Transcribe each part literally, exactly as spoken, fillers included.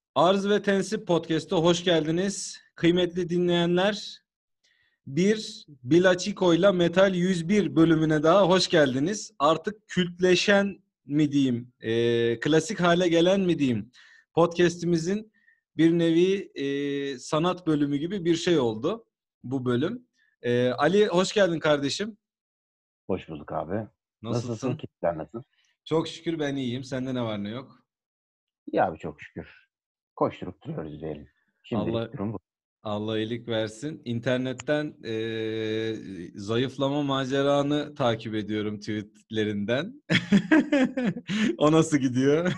Arz ve Tensip Podcast'a hoş geldiniz. Kıymetli dinleyenler, bir Bilaçiko ile Metal yüz bir bölümüne daha hoş geldiniz. Artık kültleşen mi diyeyim, e, klasik hale gelen mi diyeyim, podcast'imizin bir nevi e, sanat bölümü gibi bir şey oldu bu bölüm. E, Ali hoş geldin kardeşim. Hoş bulduk abi. Nasılsın? Nasılsın? Keyifler nasıl? Çok şükür ben iyiyim. Sende ne var ne yok? İyi abi çok şükür. Koşturup duruyoruz diyelim. Allah Şimdilik durum bu. Allah iyilik versin. İnternetten eee, zayıflama maceranı takip ediyorum tweetlerinden. O nasıl gidiyor?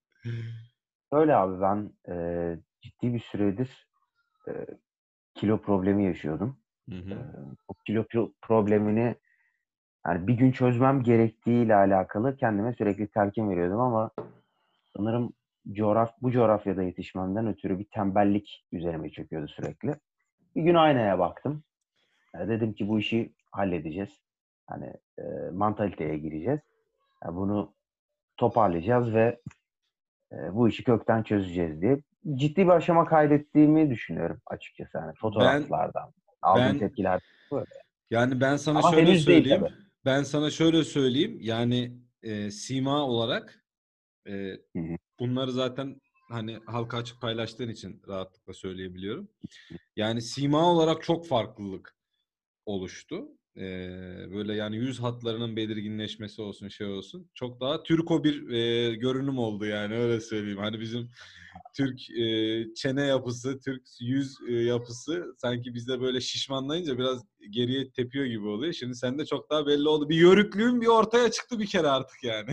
Öyle abi ben e, ciddi bir süredir e, kilo problemi yaşıyordum. Hı E, hı. bu kilo pro- problemini yani bir gün çözmem gerektiğiyle alakalı kendime sürekli telkin veriyordum ama sanırım coğraf bu coğrafyada yetişmemden ötürü bir tembellik üzerime çöküyordu sürekli. Bir gün aynaya baktım. E, dedim ki bu işi halledeceğiz. Hani e, mantaliteye gireceğiz. Yani bunu toparlayacağız ve e, bu işi kökten çözeceğiz diye ciddi bir aşama kaydettiğimi düşünüyorum açıkçası. Yani Ben fotoğraflardan, aldığım ben tepkiler böyle. yani ben sana Ama şöyle henüz değil söyleyeyim. tabii. Ben sana şöyle söyleyeyim. Yani e, sima olarak e, Hı hı. bunları zaten hani halka açık paylaştığın için rahatlıkla söyleyebiliyorum. Yani sima olarak çok farklılık oluştu. Ee, böyle yani yüz hatlarının belirginleşmesi olsun şey olsun. Çok daha Türko bir e, görünüm oldu yani öyle söyleyeyim. Hani bizim Türk e, çene yapısı, Türk yüz e, yapısı sanki bizde böyle şişmanlayınca biraz geriye tepiyor gibi oluyor. Şimdi sende çok daha belli oldu. Bir yörüklüğün bir ortaya çıktı bir kere artık yani.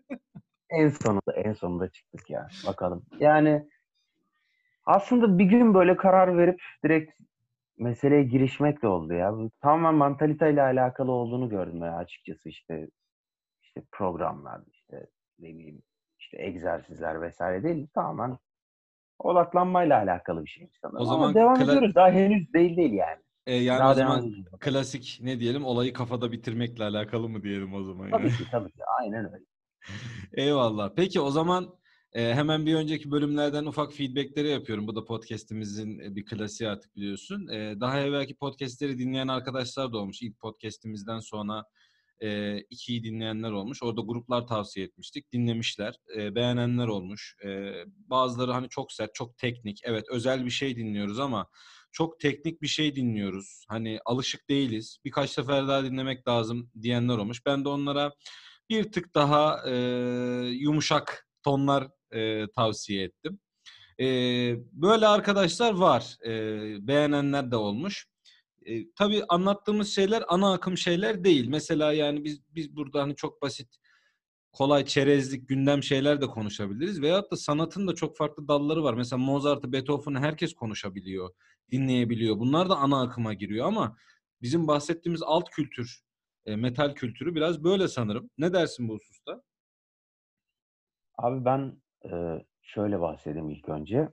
En sonunda en sonunda çıktık ya. Bakalım. Yani aslında bir gün böyle karar verip direkt meseleye girişmek de oldu ya. Bu tamamen mantaliteyle alakalı olduğunu gördüm ya açıkçası işte işte programlar işte ne bileyim işte egzersizler vesaire değil. Tamamen odaklanmayla alakalı bir şeymiş O sanırım ama zaman devam kla- ediyoruz. Daha henüz değil değil yani. e, yani o Daha devam zaman edeceğiz bakalım. klasik ne diyelim olayı kafada bitirmekle alakalı mı diyelim o zaman yani. Tabii ki tabii ki. Aynen öyle. Eyvallah. Peki o zaman e, hemen bir önceki bölümlerden ufak feedbackleri yapıyorum. Bu da podcast'imizin e, bir klasiği artık biliyorsun. E, daha evvelki podcast'leri dinleyen arkadaşlar da olmuş. İlk podcast'imizden sonra e, ikiyi dinleyenler olmuş. Orada gruplar tavsiye etmiştik. Dinlemişler. E, beğenenler olmuş. E, bazıları hani çok sert, çok teknik. Evet özel bir şey dinliyoruz ama çok teknik bir şey dinliyoruz. Hani alışık değiliz. Birkaç sefer daha dinlemek lazım diyenler olmuş. Ben de onlara bir tık daha e, yumuşak tonlar e, tavsiye ettim. E, böyle arkadaşlar var. E, beğenenler de olmuş. E, tabii anlattığımız şeyler ana akım şeyler değil. Mesela yani biz biz burada hani çok basit, kolay çerezlik gündem şeyler de konuşabiliriz. Veyahut da sanatın da çok farklı dalları var. Mesela Mozart'ı, Beethoven'ı herkes konuşabiliyor, dinleyebiliyor. Bunlar da ana akıma giriyor ama bizim bahsettiğimiz alt kültür, e, metal kültürü biraz böyle sanırım. Ne dersin bu hususta? Abi ben e, şöyle bahsedeyim ilk önce.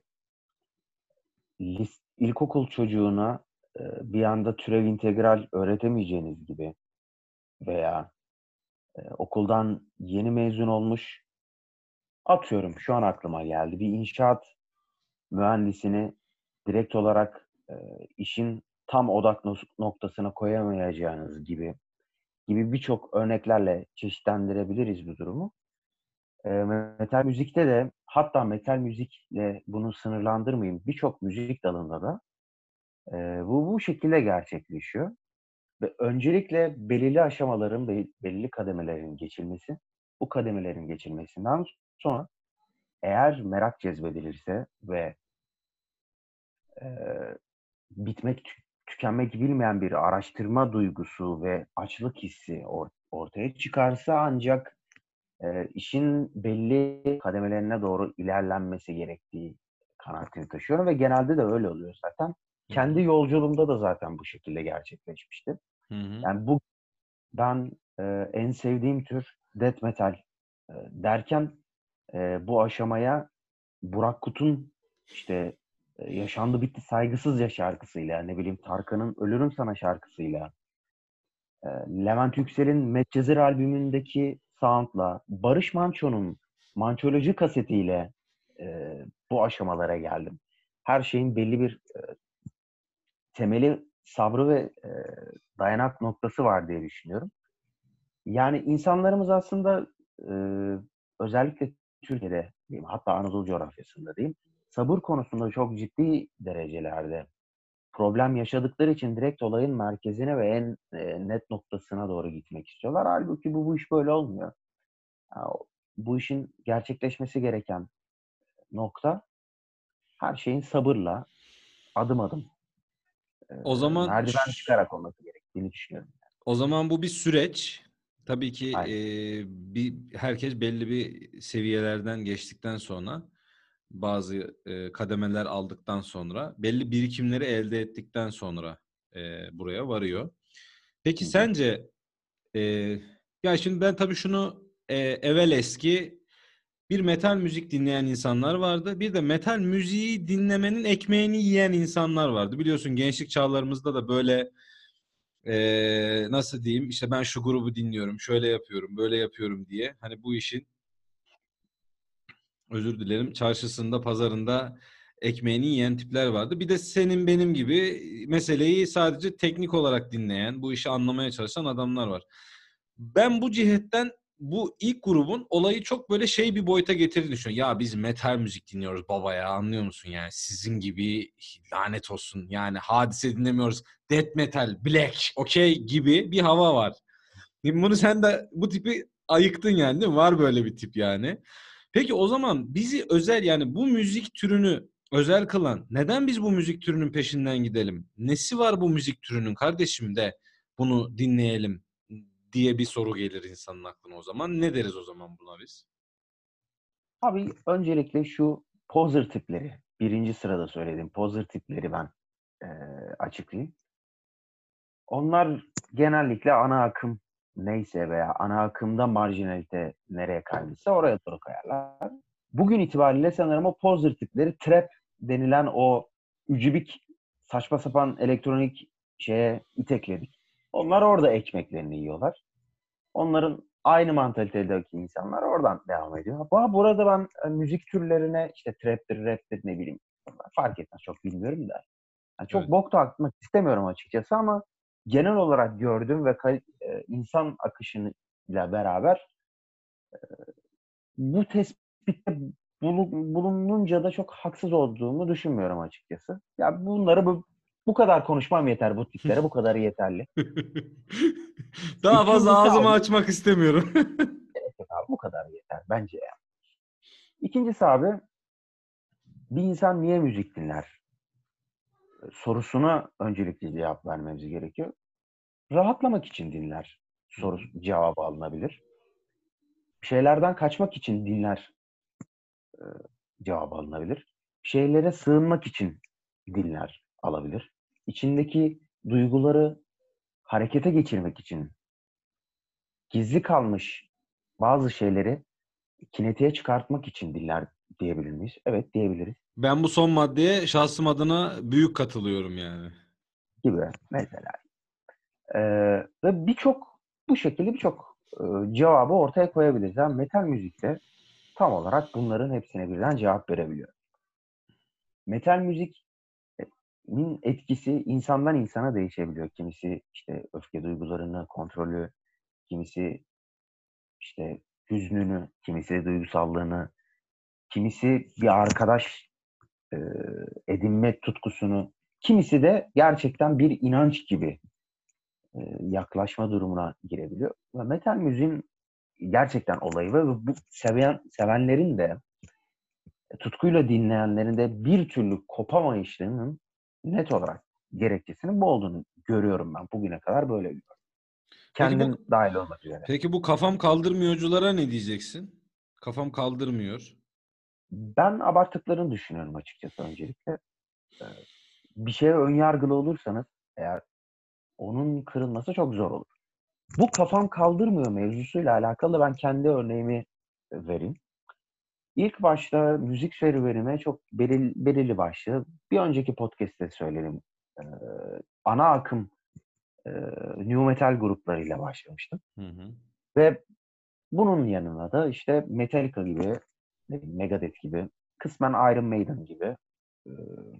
Lis, ilkokul çocuğuna e, bir anda türev integral öğretemeyeceğiniz gibi veya e, okuldan yeni mezun olmuş atıyorum şu an aklıma geldi. Bir inşaat mühendisini direkt olarak e, işin tam odak nos- noktasına koyamayacağınız gibi gibi birçok örneklerle çeşitlendirebiliriz bu durumu. E, metal müzikte de hatta metal müzikle bunu sınırlandırmayayım. Birçok müzik dalında da e, bu bu şekilde gerçekleşiyor. Ve öncelikle belirli aşamaların, be- belirli kademelerin geçilmesi, bu kademelerin geçilmesinden sonra eğer merak cezbedilirse ve e, bitmek, tü- tükenmek bilmeyen bir araştırma duygusu ve açlık hissi or- ortaya çıkarsa ancak e, işin belli kademelerine doğru ilerlenmesi gerektiği kanaatini taşıyorum ve genelde de öyle oluyor zaten. Hı hı. Kendi yolculuğumda da zaten bu şekilde gerçekleşmişti. Hı hı. Yani bu ben e, en sevdiğim tür death metal e, derken e, bu aşamaya Burak Kut'un işte e, Yaşandı Bitti Saygısızca şarkısıyla, ne bileyim Tarkan'ın Ölürüm Sana şarkısıyla, e, Levent Yüksel'in Medcezir albümündeki sound'la, Barış Manço'nun Mançoloji kasetiyle e, bu aşamalara geldim. Her şeyin belli bir e, temeli, sabrı ve e, dayanak noktası var diye düşünüyorum. Yani insanlarımız aslında e, özellikle Türkiye'de diyeyim, hatta Anadolu coğrafyasında diyeyim, sabır konusunda çok ciddi derecelerde problem yaşadıkları için direkt olayın merkezine ve en e, net noktasına doğru gitmek istiyorlar. Halbuki bu, bu iş böyle olmuyor. Ya, bu işin gerçekleşmesi gereken nokta her şeyin sabırla, adım adım, e, O zaman merdiven ş- çıkarak olması gerektiğini düşünüyorum. o zaman bu bir süreç. Tabii ki e, Aynen. bir herkes belli bir seviyelerden geçtikten sonra bazı e, kademeler aldıktan sonra belli birikimleri elde ettikten sonra e, buraya varıyor. Peki Hı hı. sence e, ya şimdi ben tabii şunu e, evvel eski bir metal müzik dinleyen insanlar vardı. Bir de metal müziği dinlemenin ekmeğini yiyen insanlar vardı. Biliyorsun gençlik çağlarımızda da böyle e, nasıl diyeyim işte ben şu grubu dinliyorum, şöyle yapıyorum, böyle yapıyorum diye. Hani bu işin özür dilerim çarşısında, pazarında ekmeğini yiyen tipler vardı. Bir de senin benim gibi meseleyi sadece teknik olarak dinleyen, bu işi anlamaya çalışan adamlar var. Ben bu cihetten bu ilk grubun olayı çok böyle şey bir boyuta getirdiğini düşünüyorum. Ya biz metal müzik dinliyoruz baba ya, anlıyor musun yani? Sizin gibi lanet olsun yani Hadise dinlemiyoruz. Death metal, black, okey gibi bir hava var. Şimdi bunu sen de bu tipi ayıktın yani değil mi? Var böyle bir tip yani. Peki o zaman bizi özel yani bu müzik türünü özel kılan neden biz bu müzik türünün peşinden gidelim? Nesi var bu müzik türünün kardeşim de bunu dinleyelim diye bir soru gelir insanın aklına o zaman. Ne deriz o zaman buna biz? Abi öncelikle şu poser tipleri, birinci sırada söylediğim poser tipleri ben e, açıklayayım. Onlar genellikle ana akım neyse veya ana akımda marjinalite nereye kaydıysa oraya doğru kayarlar. Bugün itibariyle sanırım o poser tipleri trap denilen o ücübik saçma sapan elektronik şeye itekledik. Onlar orada ekmeklerini yiyorlar. Onların aynı mantalitedeki insanlar oradan devam ediyor. Bu burada ben e, müzik türlerine işte trap'tir, rap'tir ne bileyim fark etmez çok bilmiyorum da. Yani çok Evet. bok da atmak istemiyorum açıkçası ama genel olarak gördüğüm ve kal- e, insan akışıyla beraber bu tespitte bulu- bulununca da çok haksız olduğumu düşünmüyorum açıkçası. Ya bunları bu, bu kadar konuşmam yeter bu tiplere, bu kadarı yeterli. Daha fazla İkincisi ağzımı abi, açmak istemiyorum. evet abi bu kadar yeter bence ya. İkincisi abi, bir insan niye müzik dinler? Sorusuna öncelikle cevap vermemiz gerekiyor. Rahatlamak için dinler. Hı Soru hı. cevabı alınabilir. Bir şeylerden kaçmak için dinler e, cevabı alınabilir. Bir şeylere sığınmak için dinler alabilir. İçindeki duyguları harekete geçirmek için gizli kalmış bazı şeyleri kinetiğe çıkartmak için dinler diyebilir miyiz? Evet diyebiliriz Ben bu son maddeye şahsım adına büyük katılıyorum yani. gibi mesela. Ee, ve birçok bu şekilde birçok e, cevabı ortaya koyabiliriz. Yani metal müzikte tam olarak bunların hepsine birden cevap verebiliyor. Metal müzikin etkisi insandan insana değişebiliyor. Kimisi işte öfke duygularını, kontrolü, kimisi işte hüznünü, kimisi duygusallığını, kimisi bir arkadaş e, edinme tutkusunu, kimisi de gerçekten bir inanç gibi e, yaklaşma durumuna girebiliyor. Ve metal müziğin gerçekten olayı ve bu seven, sevenlerin de tutkuyla dinleyenlerin de bir türlü kopamayışlarının net olarak gerekçesinin bu olduğunu görüyorum ben. Bugüne kadar böyle görüyorum. Peki Kendim bu dahil olmak üzere. peki bu kafam kaldırmıyorculara ne diyeceksin? Kafam kaldırmıyor. Ben abarttıklarını düşünüyorum açıkçası öncelikle. Ee, Bir şeye önyargılı olursanız eğer onun kırılması çok zor olur. Bu kafam kaldırmıyor mevzusuyla alakalı ben kendi örneğimi vereyim. İlk başta müzik serüvenime çok belirli, belirli başlı bir önceki podcast'te söyledim. Ee, ana akım e, nu metal gruplarıyla başlamıştım. Hı hı. Ve bunun yanına da işte Metallica gibi, ne bileyim, Megadeth gibi kısmen Iron Maiden gibi e,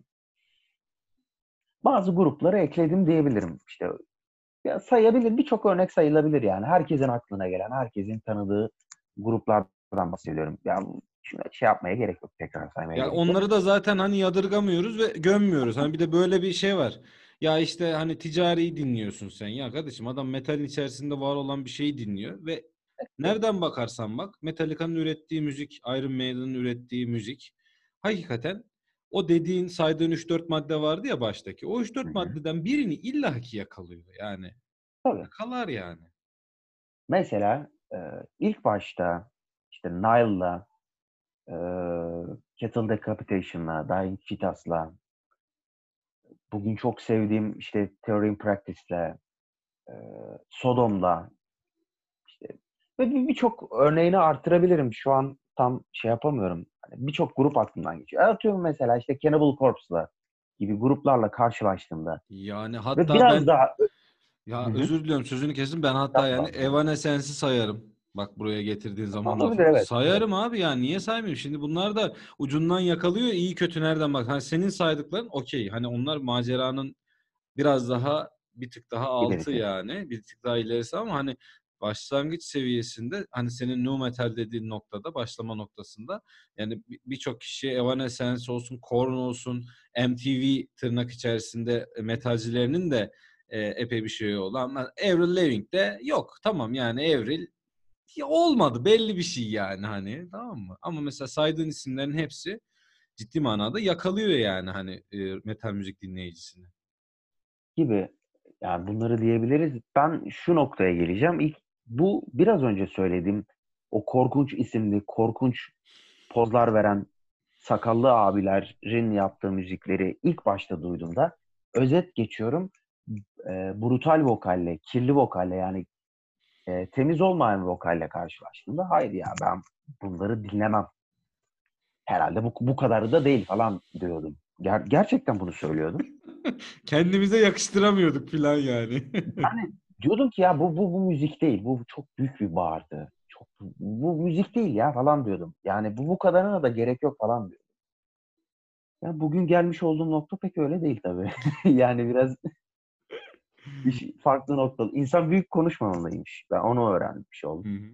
bazı grupları ekledim diyebilirim. İşte ya sayabilir, birçok örnek sayılabilir yani. Herkesin aklına gelen, herkesin tanıdığı gruplardan bahsediyorum. Ya şuna şey yapmaya gerek yok, tekrar saymaya Ya gerek yok. onları da zaten hani yadırgamıyoruz ve gömmüyoruz. Hani bir de böyle bir şey var. Ya işte hani ticari dinliyorsun sen. Ya kardeşim adam metalin içerisinde var olan bir şeyi dinliyor ve nereden bakarsan bak Metallica'nın ürettiği müzik, Iron Maiden'ın ürettiği müzik hakikaten o dediğin saydığın üç dört madde vardı ya baştaki. O üç Hı dört hı. maddeden birini illaki yakalıyor yani. Tabii. Yakalar yani. Mesela e, ilk başta işte Nile'la, e, Cattle Decapitation'la, Dying Fetus'la, bugün çok sevdiğim işte Theory in Practice'le, e, Sodom'la, işte ve bir- birçok örneğini artırabilirim. Şu an tam şey yapamıyorum. Hani birçok grup aklımdan geçiyor. Atıyorum mesela işte Cannibal Corpse'la gibi gruplarla karşılaştığımda Yani ve hatta biraz ben daha. Hı ya hı. özür diliyorum sözünü kesin. Ben hatta yani Estağfurullah. Evanescence'i sayarım. Bak buraya getirdiğin zaman Olabilir, lafı. evet. Evet. Sayarım abi ya niye saymayayım? Şimdi bunlar da ucundan yakalıyor. İyi kötü nereden bak. Hani senin saydıkların okey. Hani onlar maceranın biraz daha bir tık daha altı İlerisi. yani. Bir tık daha ilerisi ama hani başlangıç seviyesinde hani senin nu metal dediğin noktada başlama noktasında yani bir- birçok kişi Evanescence olsun, Korn olsun, M T V tırnak içerisinde e, metalcilerinin de e, epey bir şey oldu ama Avril Lavigne de yok. Tamam yani Avril ya olmadı belli bir şey yani hani tamam mı? Ama mesela saydığın isimlerin hepsi ciddi manada yakalıyor yani hani e, metal müzik dinleyicisini. Gibi. Yani bunları diyebiliriz. Ben şu noktaya geleceğim. İlk bu biraz önce söylediğim o korkunç isimli, korkunç pozlar veren sakallı abilerin yaptığı müzikleri ilk başta duyduğumda özet geçiyorum. E, brutal vokalle, kirli vokalle yani e, temiz olmayan vokalle karşılaştığımda hayır ya ben bunları dinlemem. Herhalde bu, bu kadarı da değil falan diyordum. Ger- gerçekten bunu söylüyordum. Kendimize yakıştıramıyorduk falan yani. Yani diyordum ki ya bu, bu, bu müzik değil. Bu çok büyük bir bağırtı. Çok, bu müzik değil ya falan diyordum. Yani bu bu kadarına da gerek yok falan diyordum. Ya bugün gelmiş olduğum nokta pek öyle değil tabii. Yani biraz bir şey- farklı noktalı. İnsan büyük konuşmamalıymış. Ben onu öğrenmiş Hı oldum. hı.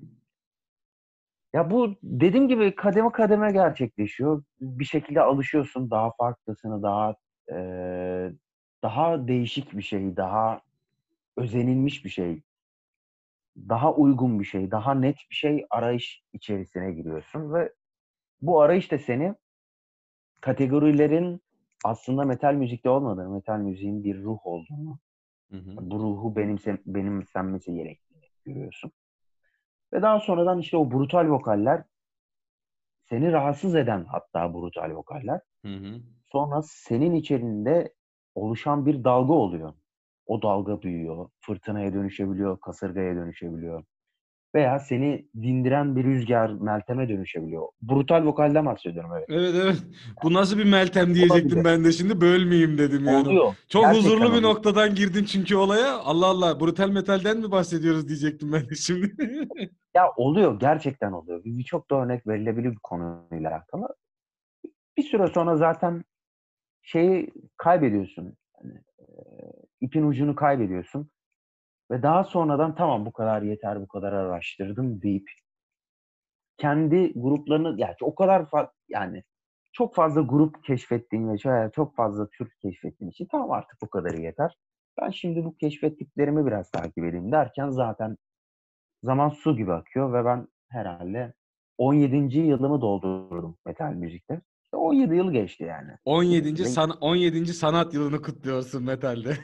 Ya bu dediğim gibi kademe kademe gerçekleşiyor. Bir şekilde alışıyorsun daha farklısını, daha eee, daha değişik bir şey, daha özenilmiş bir şey, daha uygun bir şey, daha net bir şey arayış içerisine giriyorsun ve bu arayış da seni kategorilerin aslında metal müzikte olmadığını, metal müziğin bir ruh olduğunu, Hı hı. bu ruhu benimse, benimsenmesi gerektiğini görüyorsun. Ve daha sonradan işte o brutal vokaller, seni rahatsız eden hatta brutal vokaller, Hı hı. sonra senin içerisinde oluşan bir dalga oluyor. O dalga büyüyor, fırtınaya dönüşebiliyor, kasırgaya dönüşebiliyor. Veya seni dindiren bir rüzgar, melteme dönüşebiliyor. Brutal vokalden bahsediyorum, evet. Evet evet. Bu nasıl bir Meltem diyecektim Olabilir. ben de şimdi bölmeyeyim dedim yani. Oluyor. Çok Gerçekten huzurlu bir oluyor. noktadan girdin çünkü olaya. Allah Allah brutal metalden mi bahsediyoruz diyecektim ben de şimdi. Ya oluyor, gerçekten oluyor. Bir- Birçok da örnek verilebilir bir konuyla alakalı. Bir süre sonra zaten şeyi kaybediyorsun. Yani, e, ipin ucunu kaybediyorsun. Ve daha sonradan tamam bu kadar yeter, bu kadar araştırdım deyip kendi gruplarını ya o kadar fa- yani çok fazla grup keşfettiğin ve şöyle çok fazla tür keşfettiğin için tamam artık bu kadarı yeter. Ben şimdi bu keşfettiklerimi biraz takip edeyim derken zaten zaman su gibi akıyor ve ben herhalde on yedinci yılımı doldurdum metal müzikte. İşte on yedi yıl geçti yani. on Bir yedinci. şekilde san on yedinci sanat yılını kutluyorsun metalde.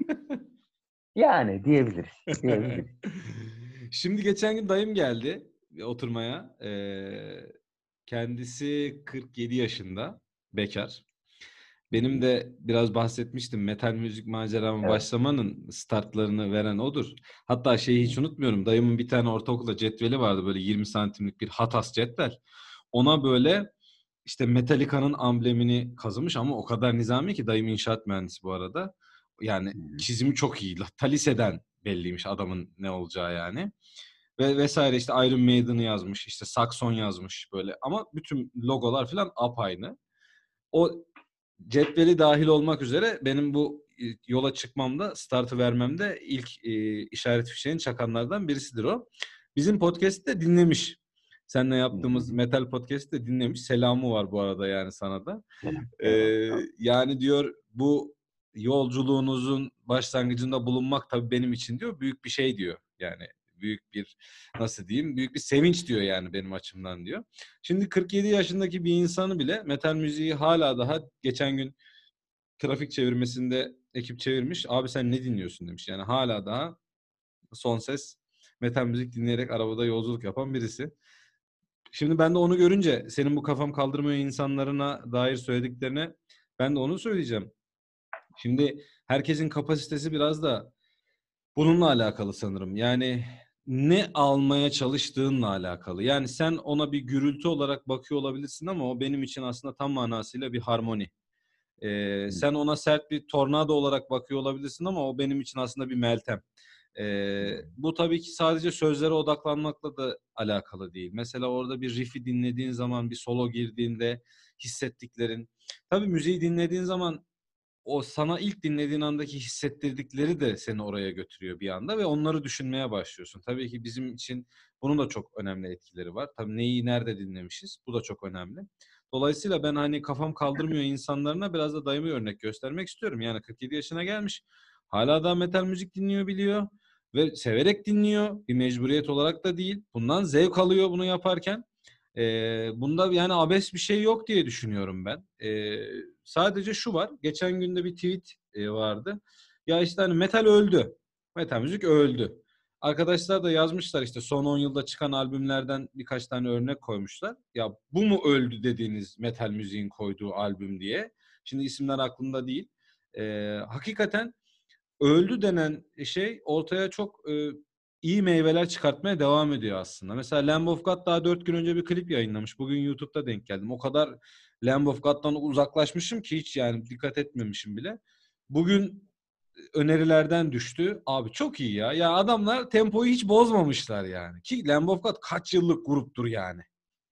yani diyebiliriz. Diyebiliriz. Şimdi geçen gün dayım geldi oturmaya. Ee, kendisi kırk yedi yaşında, bekar. Hı Benim hı. de biraz bahsetmiştim. Metal müzik macerama Evet. başlamanın startlarını veren odur. Hatta şeyi hiç unutmuyorum. Dayımın bir tane ortaokulda cetveli vardı böyle yirmi santimlik bir Hatas cetvel. Ona böyle işte Metallica'nın amblemini kazımış ama o kadar nizami ki dayım inşaat mühendisi bu arada. Yani Hı hı. çizimi çok iyi. Ta liseden belliymiş adamın ne olacağı yani. ve vesaire, işte Iron Maiden'ı yazmış, işte Saxon yazmış böyle, ama bütün logolar falan apaynı. O cetveli dahil olmak üzere benim bu yola çıkmamda, startı vermemde ilk e, işaret fişeğini çakanlardan birisidir o. Bizim podcast'i de dinlemiş. Seninle yaptığımız metal podcast'i de dinlemiş. Selamı var bu arada yani sana da. Selam. Ee, yani diyor, bu yolculuğunuzun başlangıcında bulunmak tabii benim için diyor büyük bir şey diyor. Yani büyük bir, nasıl diyeyim, büyük bir sevinç diyor yani benim açımdan diyor. Şimdi kırk yedi yaşındaki bir insanı bile metal müziği hala daha, geçen gün trafik çevirmesinde ekip çevirmiş. Abi sen ne dinliyorsun demiş. Yani hala daha son ses metal müzik dinleyerek arabada yolculuk yapan birisi. Şimdi ben de onu görünce senin bu kafam kaldırmıyor insanlarına dair söylediklerine ben de onu söyleyeceğim. Şimdi herkesin kapasitesi biraz da bununla alakalı sanırım. Yani ne almaya çalıştığınla alakalı. Yani sen ona bir gürültü olarak bakıyor olabilirsin ama o benim için aslında tam manasıyla bir harmoni. Ee, sen ona sert bir tornado olarak bakıyor olabilirsin ama o benim için aslında bir meltem. Ee, bu tabii ki sadece sözlere odaklanmakla da alakalı değil. Mesela orada bir riff'i dinlediğin zaman, bir solo girdiğinde hissettiklerin. Tabii müziği dinlediğin zaman o sana ilk dinlediğin andaki hissettirdikleri de seni oraya götürüyor bir anda ve onları düşünmeye başlıyorsun. Tabii ki bizim için bunun da çok önemli etkileri var. Tabii neyi nerede dinlemişiz, bu da çok önemli. Dolayısıyla ben hani kafam kaldırmıyor insanlarına biraz da dayımı örnek göstermek istiyorum. Yani kırk yedi yaşına gelmiş, hala da metal müzik dinliyor, biliyor ve severek dinliyor. Bir mecburiyet olarak da değil. Bundan zevk alıyor bunu yaparken. Ee, bunda yani abes bir şey yok diye düşünüyorum ben. Ee, sadece şu var. Geçen günde bir tweet e, vardı. Ya işte hani metal öldü. Metal müzik öldü. Arkadaşlar da yazmışlar, işte son on yılda çıkan albümlerden birkaç tane örnek koymuşlar. Ya bu mu öldü dediğiniz metal müziğin koyduğu albüm diye. Şimdi isimler aklımda değil. Ee, hakikaten öldü denen şey ortaya çok e, iyi meyveler çıkartmaya devam ediyor aslında. Mesela Lamb of God daha dört gün önce bir klip yayınlamış. Bugün YouTube'da denk geldim. O kadar Lamb of God'dan uzaklaşmışım ki hiç yani dikkat etmemişim bile. Bugün önerilerden düştü. Abi çok iyi ya. Ya adamlar tempoyu hiç bozmamışlar yani. Ki Lamb of God kaç yıllık gruptur yani.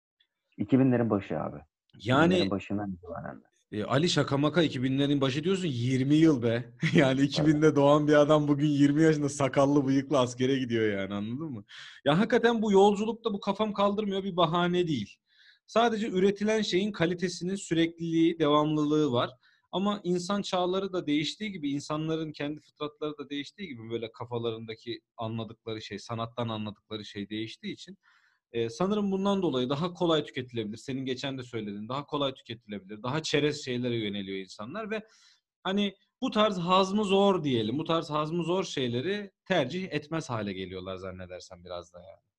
iki binlerin başı abi. iki binlerin Yani başından itibaren. E, Ali şaka maka iki binlerin başı diyorsun, yirmi yıl be. Yani iki binde doğan bir adam bugün yirmi yaşında sakallı bıyıklı askere gidiyor yani, anladın mı? Ya hakikaten bu yolculukta bu kafam kaldırmıyor bir bahane değil. Sadece üretilen şeyin kalitesinin sürekliliği, devamlılığı var. Ama insan çağları da değiştiği gibi, insanların kendi fıtratları da değiştiği gibi böyle kafalarındaki anladıkları şey, sanattan anladıkları şey değiştiği için ee, sanırım bundan dolayı daha kolay tüketilebilir. Senin geçen de söylediğin, daha kolay tüketilebilir. Daha çerez şeylere yöneliyor insanlar ve hani bu tarz hazmı zor diyelim. Bu tarz hazmı zor şeyleri tercih etmez hale geliyorlar zannedersem biraz da yani.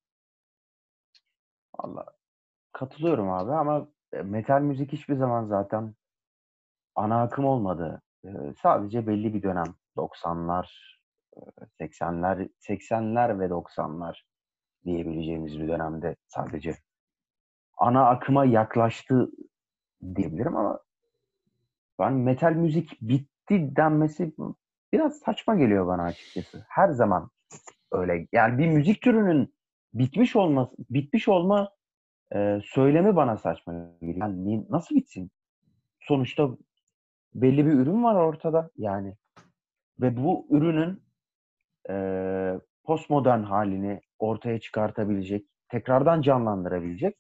Vallahi katılıyorum abi ama e, metal müzik hiçbir zaman zaten ana akım olmadı. E, sadece belli bir dönem doksanlar, e, seksenler, seksenler ve doksanlar diyebileceğimiz bir dönemde sadece ana akıma yaklaştı diyebilirim ama ben metal müzik bitti denmesi biraz saçma geliyor bana açıkçası. Her zaman öyle. Yani bir müzik türünün bitmiş olması, bitmiş olma e, söylemi bana saçma geliyor. Yani nasıl bitsin? Sonuçta belli bir ürün var ortada yani ve bu ürünün e, postmodern halini ortaya çıkartabilecek, tekrardan canlandırabilecek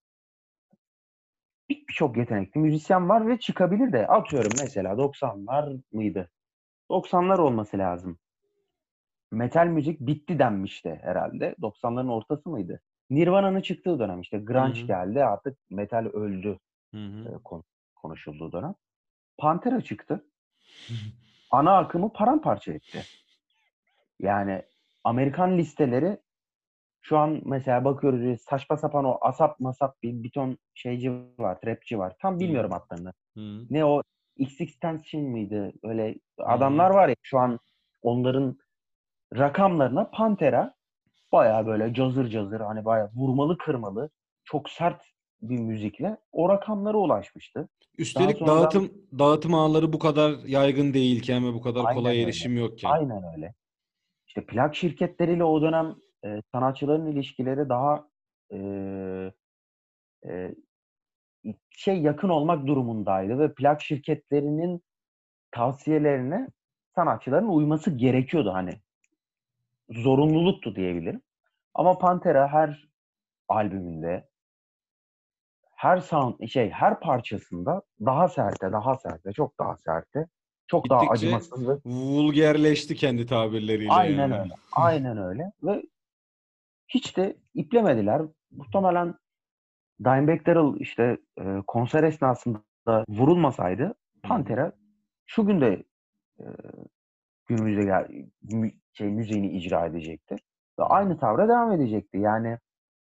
bir- birçok yetenekli müzisyen var ve çıkabilir de. Atıyorum mesela doksanlar mıydı? doksanlar olması lazım. Metal müzik bitti denmişti herhalde. doksanların ortası mıydı? Nirvana'nın çıktığı dönem işte Hı grunge hı. geldi, artık metal öldü Hı e, hı. kon- konuşulduğu dönem. Pantera çıktı. Ana akımı paramparça etti. Yani Amerikan listeleri şu an mesela bakıyoruz, saçma sapan o asap masap bir, bir ton şeyci var, trapçi var. Tam Hı hı. bilmiyorum adlarını. Hı Ne o X-Xtension mıydı? Öyle hı. adamlar var ya şu an onların rakamlarına Pantera bayağı böyle cazır cazır hani bayağı vurmalı kırmalı çok sert bir müzikle o rakamlara ulaşmıştı. Daha Üstelik sonradan dağıtım dağıtım ağları bu kadar yaygın değilken ve bu kadar kolay aynen öyle. erişim yokken. Aynen öyle. İşte plak şirketleriyle o dönem e, sanatçıların ilişkileri daha e, e, şey yakın olmak durumundaydı ve plak şirketlerinin tavsiyelerine sanatçıların uyması gerekiyordu hani. Zorunluluktu diyebilirim. Ama Pantera her albümünde, her sound şey, her parçasında daha serte, daha serte, çok daha serte, çok daha Gittikçe acımasız ve vulgerleşti kendi tabirleriyle aynen yani. öyle. Aynen öyle ve hiç de iplemediler. Muhtemelen Dimebag Darrell işte e, konser esnasında vurulmasaydı Hı hı. Pantera şu günde e, günümüzde gel, mü, şey müziğini icra edecekti ve Hı hı. aynı tavra devam edecekti. Yani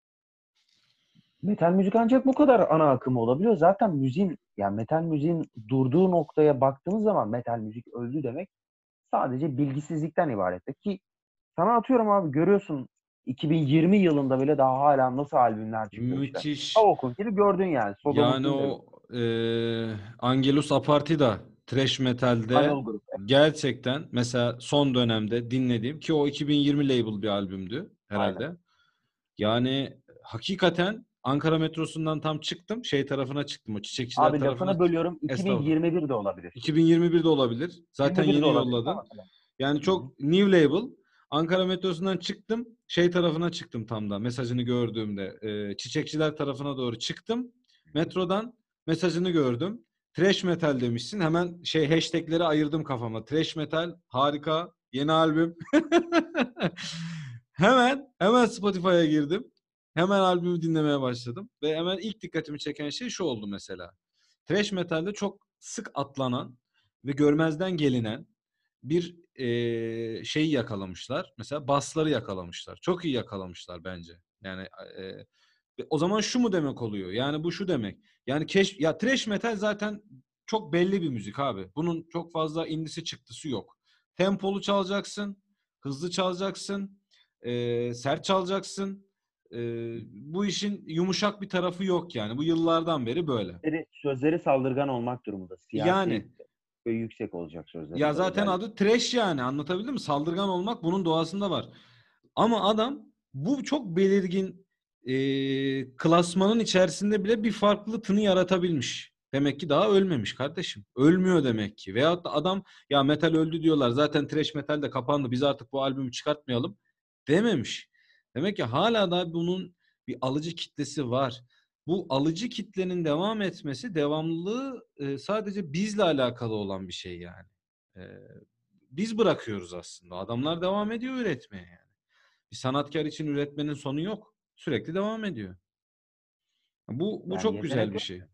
metal müzik ancak bu kadar ana akımı olabiliyor. Zaten müziğin yani metal müziğin durduğu noktaya baktığımız zaman metal müzik öldü demek sadece bilgisizlikten ibaretti ki sana atıyorum abi görüyorsun iki bin yirmi yılında bile daha hala nasıl albümler çıkıyor işte. Müthiş. Havokunkini gördün yani. Yani Sodom'unkini de o eee Angelus Apartida thrash metal'de İspanyol grup. gerçekten mesela son dönemde dinlediğim ki o iki bin yirmi label bir albümdü Aynen. herhalde. Yani hakikaten Ankara metrosundan tam çıktım. Şey tarafına çıktım. O Çiçekçiler Abi tarafına. lafını bölüyorum. Estağfurullah. iki bin yirmi bir de olabilir. iki bin yirmi bir de olabilir. Zaten yirmi bir de yeni olabilir. Tam yolladın. hatırlamıyorum. Yani Hı hı. çok new label. Ankara metrosundan çıktım. Şey tarafına çıktım tam da mesajını gördüğümde. Ee, Çiçekçiler tarafına doğru çıktım. Metrodan mesajını gördüm. Trash metal demişsin. Hemen şey hashtagleri ayırdım kafama. Trash metal harika. Yeni albüm. Hemen hemen Spotify'a girdim. Hemen albümü dinlemeye başladım. Ve hemen ilk dikkatimi çeken şey şu oldu mesela. Thrash metalde çok sık atlanan ve görmezden gelinen bir e, şeyi yakalamışlar. Mesela bassları yakalamışlar. Çok iyi yakalamışlar bence. Yani e, o zaman şu mu demek oluyor? Yani bu şu demek. Yani keş ya thrash metal zaten çok belli bir müzik abi. Bunun çok fazla indisi çıktısı yok. Tempolu çalacaksın, hızlı çalacaksın, e, sert çalacaksın. E, bu işin yumuşak bir tarafı yok yani. Bu yıllardan beri böyle. Sözleri, sözleri saldırgan olmak durumunda. Siyasi Yani ve yüksek olacak ya sözlerinde zaten özellikle. adı trash yani anlatabildim mi? Saldırgan olmak bunun doğasında var. Ama adam bu çok belirgin e, klasmanın içerisinde bile bir farklı tını yaratabilmiş. Demek ki daha ölmemiş kardeşim. Ölmüyor demek ki. Veyahut da adam ya metal öldü diyorlar. Zaten trash metal de kapandı. Biz artık bu albümü çıkartmayalım dememiş. Demek ki hala da bunun bir alıcı kitlesi var. Bu alıcı kitlenin devam etmesi, devamlılığı e, sadece bizle alakalı olan bir şey yani. E, biz bırakıyoruz aslında. Adamlar devam ediyor üretmeye yani. Bir sanatkar için üretmenin sonu yok. Sürekli devam ediyor. Bu bu Yani çok güzel yetenek bir yok. şey.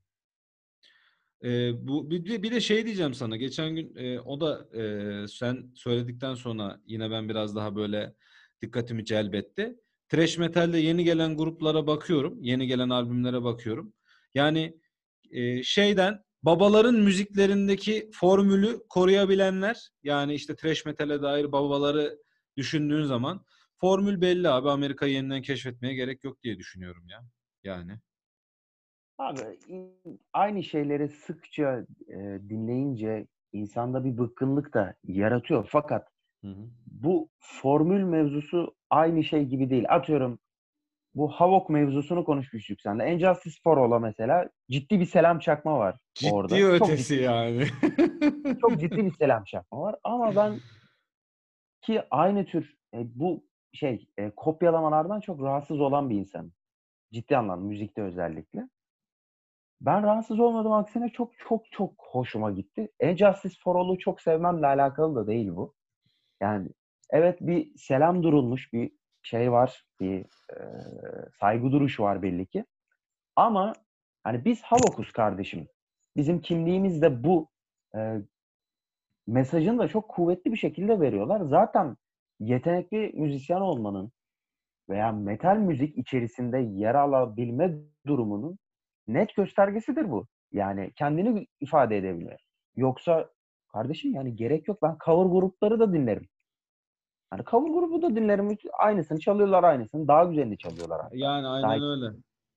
Ee, bu bir, bir bir de şey diyeceğim sana. Geçen gün e, o da e, sen söyledikten sonra yine ben biraz daha böyle dikkatimi celbetti. Thrash metal'de yeni gelen gruplara bakıyorum. Yeni gelen albümlere bakıyorum. Yani e, şeyden babaların müziklerindeki formülü koruyabilenler yani işte thrash metal'e dair babaları düşündüğün zaman formül belli abi. Amerika'yı yeniden keşfetmeye gerek yok diye düşünüyorum ya. Yani. Abi in- aynı şeyleri sıkça e, dinleyince insanda bir bıkkınlık da yaratıyor. Fakat Hı hı. bu formül mevzusu aynı şey gibi değil. Atıyorum bu Havok mevzusunu konuşmuştuk seninle. Injustice for All'a mesela ciddi bir selam çakma var Ciddi orada. Çok ötesi ciddi yani. çok ciddi bir selam çakma var. Ama ben ki aynı tür e, bu şey e, kopyalamalardan çok rahatsız olan bir insanım. Ciddi anlamda müzikte özellikle. Ben rahatsız olmadım aksine çok çok çok hoşuma gitti. Injustice for All'u çok sevmemle alakalı da değil bu. Yani evet bir selam durulmuş bir şey var. Bir e, saygı duruşu var belli ki. Ama hani biz Havokuz kardeşim. Bizim kimliğimiz de bu. E, mesajını da çok kuvvetli bir şekilde veriyorlar. Zaten yetenekli müzisyen olmanın veya metal müzik içerisinde yer alabilme durumunun net göstergesidir bu. Yani kendini ifade edebilme. Yoksa kardeşim yani gerek yok. Ben cover grupları da dinlerim. Hani cover grubu da dinlerim. Aynısını çalıyorlar aynısını. Daha güzelini çalıyorlar hatta. Yani Daha aynen öyle.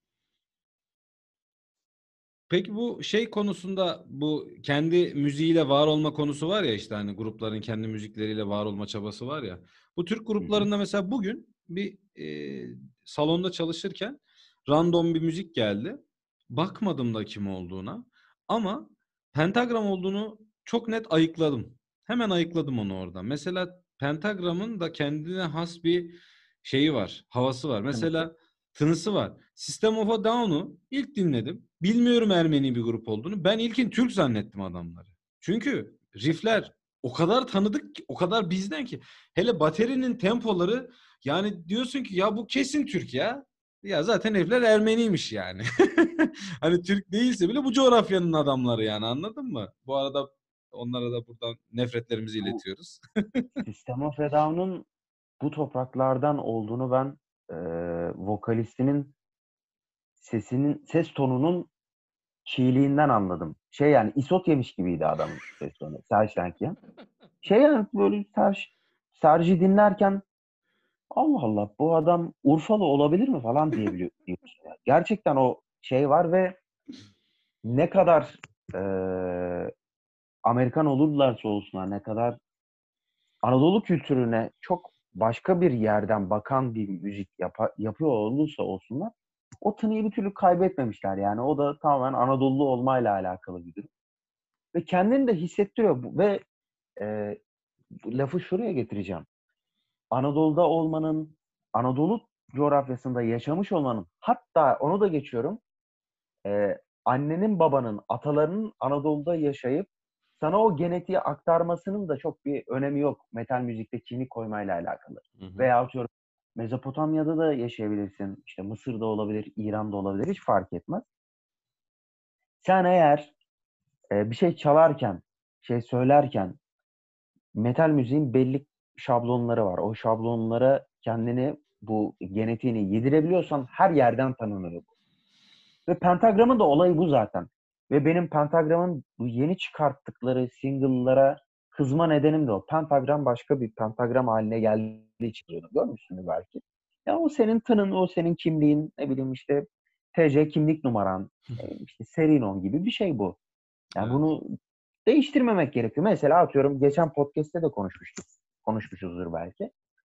Peki bu şey konusunda bu kendi müziğiyle var olma konusu var ya işte hani grupların kendi müzikleriyle var olma çabası var ya. Bu Türk Hı hı. gruplarında mesela bugün bir e, salonda çalışırken random bir müzik geldi. Bakmadım da kim olduğuna. Ama Pentagram olduğunu çok net ayıkladım. Hemen ayıkladım onu oradan. Mesela Pentagram'ın da kendine has bir şeyi var, havası var. Tınısı. Mesela tınısı var. System of a Down'u ilk dinledim. Bilmiyorum Ermeni bir grup olduğunu. Ben ilkin Türk zannettim adamları. Çünkü riffler o kadar tanıdık ki, o kadar bizden ki. Hele baterinin tempoları, yani diyorsun ki ya bu kesin Türk ya. Ya zaten herifler Ermeniymiş yani. Hani Türk değilse bile bu coğrafyanın adamları yani, anladın mı? Bu arada onlara da buradan nefretlerimizi Bu iletiyoruz. System of a Down'un bu topraklardan olduğunu ben e, vokalistinin sesinin ses tonunun çiğliğinden anladım. Şey yani isot yemiş gibiydi adamın ses tonu. Serj Tankian. Şey yani böyle Serj, Serj'i dinlerken Allah Allah bu adam Urfalı olabilir mi falan diyebiliyor diyorsun ya. Gerçekten o şey var ve ne kadar e, Amerikan olurlarsa olsunlar, ne kadar Anadolu kültürüne çok başka bir yerden bakan bir müzik yapa, yapıyor olursa olsunlar, o tınıyı bir türlü kaybetmemişler. Yani o da tamamen Anadolu olmayla alakalı bir durum. Ve kendini de hissettiriyor. Ve e, lafı şuraya getireceğim. Anadolu'da olmanın, Anadolu coğrafyasında yaşamış olmanın, hatta onu da geçiyorum, e, annenin, babanın, atalarının Anadolu'da yaşayıp sana o genetiği aktarmasının da çok bir önemi yok. Metal müzikte kimlik koymayla alakalı. Hı hı. Veya atıyorum Mezopotamya'da da yaşayabilirsin. İşte Mısır'da olabilir, İran'da olabilir. Hiç fark etmez. Sen eğer e, bir şey çalarken, şey söylerken metal müziğin belli şablonları var. O şablonlara kendini, bu genetiğini yedirebiliyorsan her yerden tanınır bu. Ve Pentagram'ın da olayı bu zaten. Ve benim Pentagram'ın bu yeni çıkarttıkları single'lara kızma nedenim de o. Pentagram başka bir pentagram haline geldiği için diyorum. Görmüşsünüz belki. Ya o senin tının, o senin kimliğin, ne bileyim işte T C kimlik numaran, ne bileyim işte serinon gibi bir şey bu. Yani Evet. bunu değiştirmemek gerekiyor. Mesela atıyorum geçen podcast'te de konuşmuştuk. Konuşmuşuzdur belki.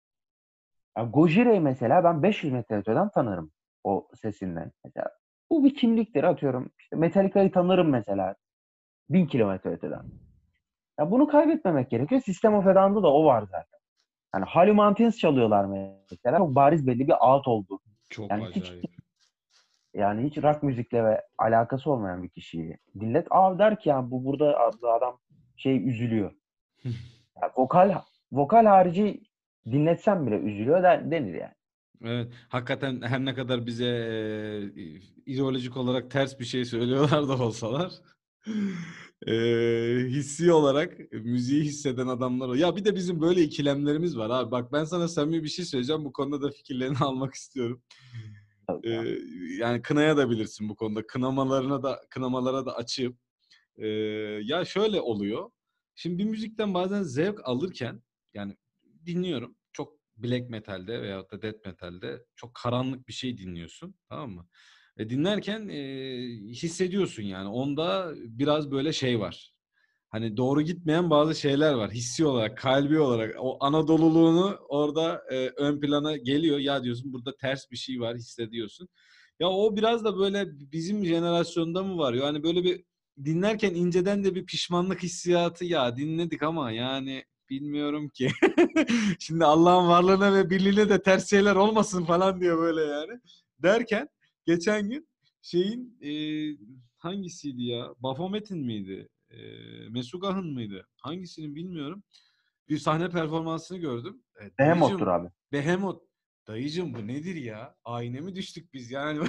Ya Gojire'yi mesela ben beş yüz metre öteden tanırım o sesinden. Mesela bu bir kimliktir atıyorum. İşte Metallica'yı tanırım mesela bin kilometre öteden. Ya bunu kaybetmemek gerekiyor. System of a Down'da da o var zaten. Yani Holly Mountains çalıyorlar mesela. Çok bariz belli bir out oldu. Çok Yani hiç acayip. yani hiç rock müzikle ve alakası olmayan bir kişiyi dinlet. Aa der ki ya bu burada bu adam şey üzülüyor. Ya vokal vokal harici dinletsem bile üzülüyor der, denir yani. Evet, hakikaten her ne kadar bize e, ideolojik olarak ters bir şey söylüyorlar da olsalar, e, hissi olarak müziği hisseden adamlar o. Ya bir de bizim böyle ikilemlerimiz var abi. Bak ben sana samimi bir şey söyleyeceğim. Bu konuda da fikirlerini almak istiyorum. Tabii E, ya. Yani kınaya da bilirsin bu konuda. Kınamalarına da kınamalara da açığım. E, Ya şöyle oluyor. Şimdi bir müzikten bazen zevk alırken, yani dinliyorum. Çok black metalde veyahut da death metalde çok karanlık bir şey dinliyorsun, tamam mı? E, dinlerken e, hissediyorsun yani. Onda biraz böyle şey var. Hani doğru gitmeyen bazı şeyler var. Hissi olarak, kalbi olarak. O Anadoluluğunu orada e, ön plana geliyor. Ya diyorsun burada ters bir şey var, hissediyorsun. Ya o biraz da böyle bizim jenerasyonda mı var? Yani böyle bir dinlerken inceden de bir pişmanlık hissiyatı, ya dinledik ama yani bilmiyorum ki. Şimdi Allah'ın varlığına ve birliğine de ters şeyler olmasın falan diyor böyle yani. Derken geçen gün şeyin e, hangisiydi ya? Baphomet'in miydi? E, Mesugah'ın mıydı? Hangisinin bilmiyorum. Bir sahne performansını gördüm. E, Behemoth'tur dayıcım, abi. Behemoth. Dayıcım bu nedir ya? Ayine mi düştük biz yani?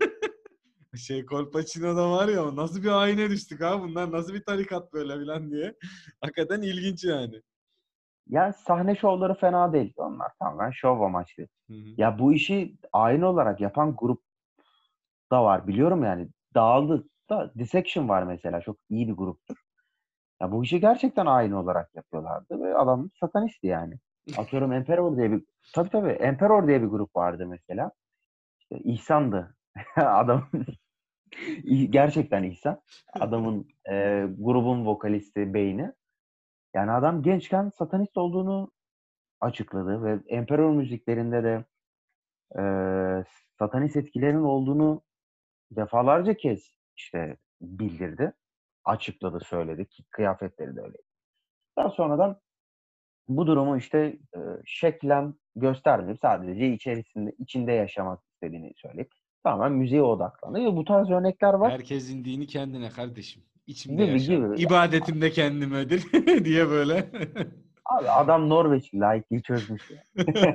Şey Kolpaçino'da var ya, nasıl bir ayine düştük ha, bunlar nasıl bir tarikat böyle filan diye. Hakikaten ilginç yani. Yani sahne şovları fena değil. Onlar tamamen şov amaçlı. Hı hı. Ya bu işi ayin olarak yapan grup da var. Biliyorum yani. Dağıldı da Dissection var mesela. Çok iyi bir gruptur. Ya bu işi gerçekten ayin olarak yapıyorlardı ve adam satanisti yani. Atıyorum Emperor diye bir tabii tabii Emperor diye bir grup vardı mesela. İşte İhsan'dı. Adam gerçekten İhsan. Adamın e, grubun vokalisti beyni. Yani adam gençken satanist olduğunu açıkladı ve Emperor müziklerinde de eee, satanist etkilerinin olduğunu defalarca kez işte bildirdi, açıkladı, söyledi ki kıyafetleri de öyle. Daha sonradan bu durumu işte, eee, şeklen göstermeyip sadece içerisinde içinde yaşamak istediğini söyleyip tamamen müziğe odaklandı ve bu tarz örnekler var. Herkesin dini kendine kardeşim. İçimde Gibi yaşarım. gibi. İbadetim de kendimedir diye böyle. Abi adam Norveçli, laikliği çözmüş ya.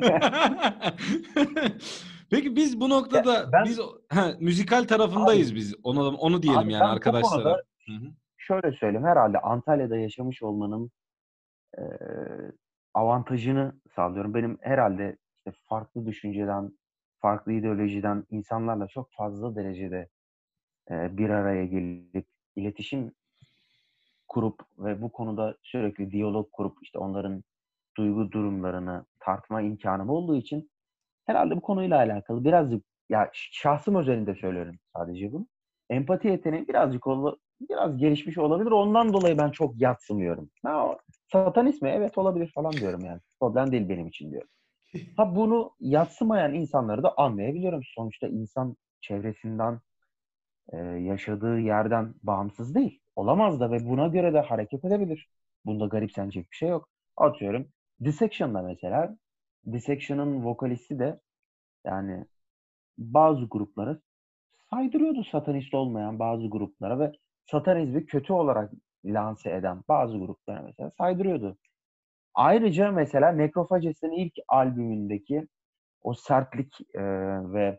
Peki biz bu Ya noktada ben biz ha, müzikal abi tarafındayız biz. Onu onu diyelim abi yani ben bu arkadaşlara. konuda Hı hı. şöyle söyleyeyim, herhâlde Antalya'da yaşamış olmanın, eee, avantajını sağlıyorum. Benim herhâlde işte farklı düşünceden, farklı ideolojiden insanlarla çok fazla derecede, eee, bir araya gelip iletişim kurup ve bu konuda sürekli diyalog kurup işte onların duygu durumlarını tartma imkânım olduğu için herhâlde bu konuyla alakalı birazcık, ya ş şahsım özelinde söylüyorum sadece bunu. Empati yeteneğim birazcık ola biraz gelişmiş olabilir. Ondan dolayı ben çok yadsımıyorum. Ha, o satanist mi? Evet, olabilir falan diyorum yani. Problem değil benim için diyorum. Ha, bunu yadsımayan insanları da anlayabiliyorum. Sonuçta insan çevresinden, eee, yaşadığı yerden bağımsız değil. Olamaz da ve buna göre de hareket edebilir. Bunda garipsenecek bir şey yok. Atıyorum Dissection'da mesela, Dissection'ın vokalisti de yani bazı gruplara saydırıyordu, satanist olmayan bazı gruplara ve satanizmi kötü olarak lanse eden bazı gruplara mesela saydırıyordu. Ayrıca mesela Necrophages'in ilk albümündeki o sertlik, eee, ve,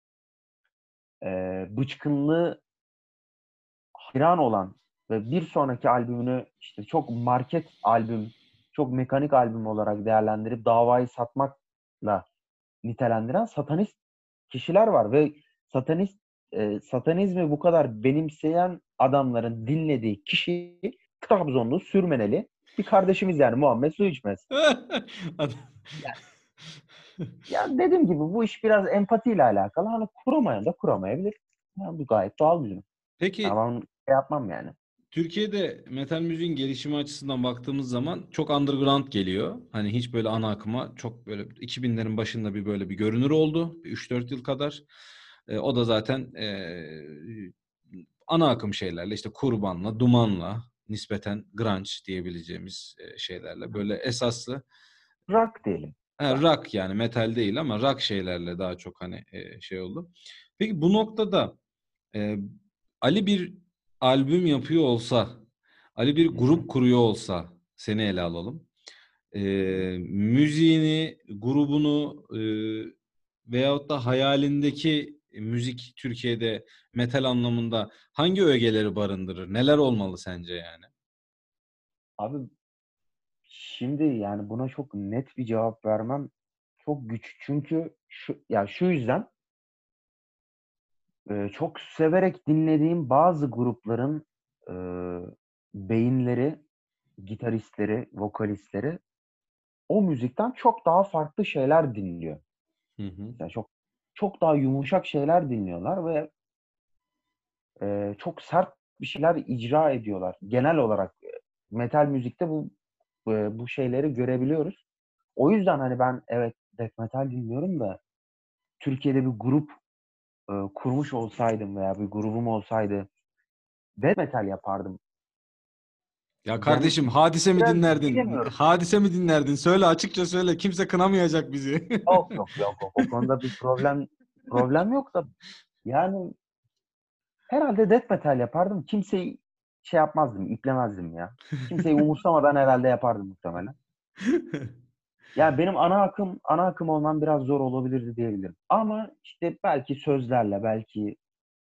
eee, bıçkınlığı hayran olan ve bir sonraki albümünü işte çok market albüm, çok mekanik albüm olarak değerlendirip davayı satmakla nitelendiren satanist kişiler var ve satanist eee, satanizmi bu kadar benimseyen adamların dinlediği kişi Trabzonlu, Sürmeneli bir kardeşimiz yani Muhammed Su İçmez. Adam- Ya ya dediğim gibi bu iş biraz empatiyle alakalı. Hani kuramayan da kuramayabilir. Yani bu gayet doğal bir durum. Ya Peki ben şey yapmam yani. Türkiye'de metal müziğin gelişimi açısından baktığımız zaman çok underground geliyor. Hani hiç böyle ana akıma çok böyle iki binlerin başında bir böyle bir görünür oldu. üç dört yıl kadar. E, o da zaten e, ana akım şeylerle işte Kurban'la, Duman'la nispeten grunge diyebileceğimiz e, şeylerle böyle esaslı Rock diyelim. ha, Rock. rock yani metal değil ama rock şeylerle daha çok hani e, şey oldu. Peki bu noktada e, Ali bir albüm yapıyor olsa, Ali bir Hı hı. grup kuruyor olsa seni ele alalım. E, müziğini, grubunu e, veyahut da hayalindeki müzik Türkiye'de metal anlamında hangi ögeleri barındırır? Neler olmalı sence yani? Abi şimdi yani buna çok net bir cevap vermem çok güç. Çünkü şu ya şu yüzden eee, çok severek dinlediğim bazı grupların eee, beyinleri, gitaristleri, vokalistleri o müzikten çok daha farklı şeyler dinliyor. Hı hı. Yani çok çok daha yumuşak şeyler dinliyorlar ve eee, çok sert bir şeyler icra ediyorlar. Genel olarak eee, metal müzikte bu eee, bu şeyleri görebiliyoruz. O yüzden hani ben evet death metal dinliyorum da Türkiye'de bir grup eee, kurmuş olsaydım veya bir grubum olsaydı death metal yapardım. Ya Dem kardeşim Hadise mi biraz dinlerdin? bilemiyorum. Hadise mi dinlerdin? Söyle açıkça söyle. Kimse kınamayacak bizi. Yok yok yok yok. O konuda bir problem problem yok da yani herhalde death metal yapardım. Kimseyi şey yapmazdım, iplemezdim ya. Kimseyi umursamadan herhalde yapardım muhtemelen. Ya benim ana akım ana akım olmam biraz zor olabilirdi diyebilirim. Ama işte belki sözlerle, belki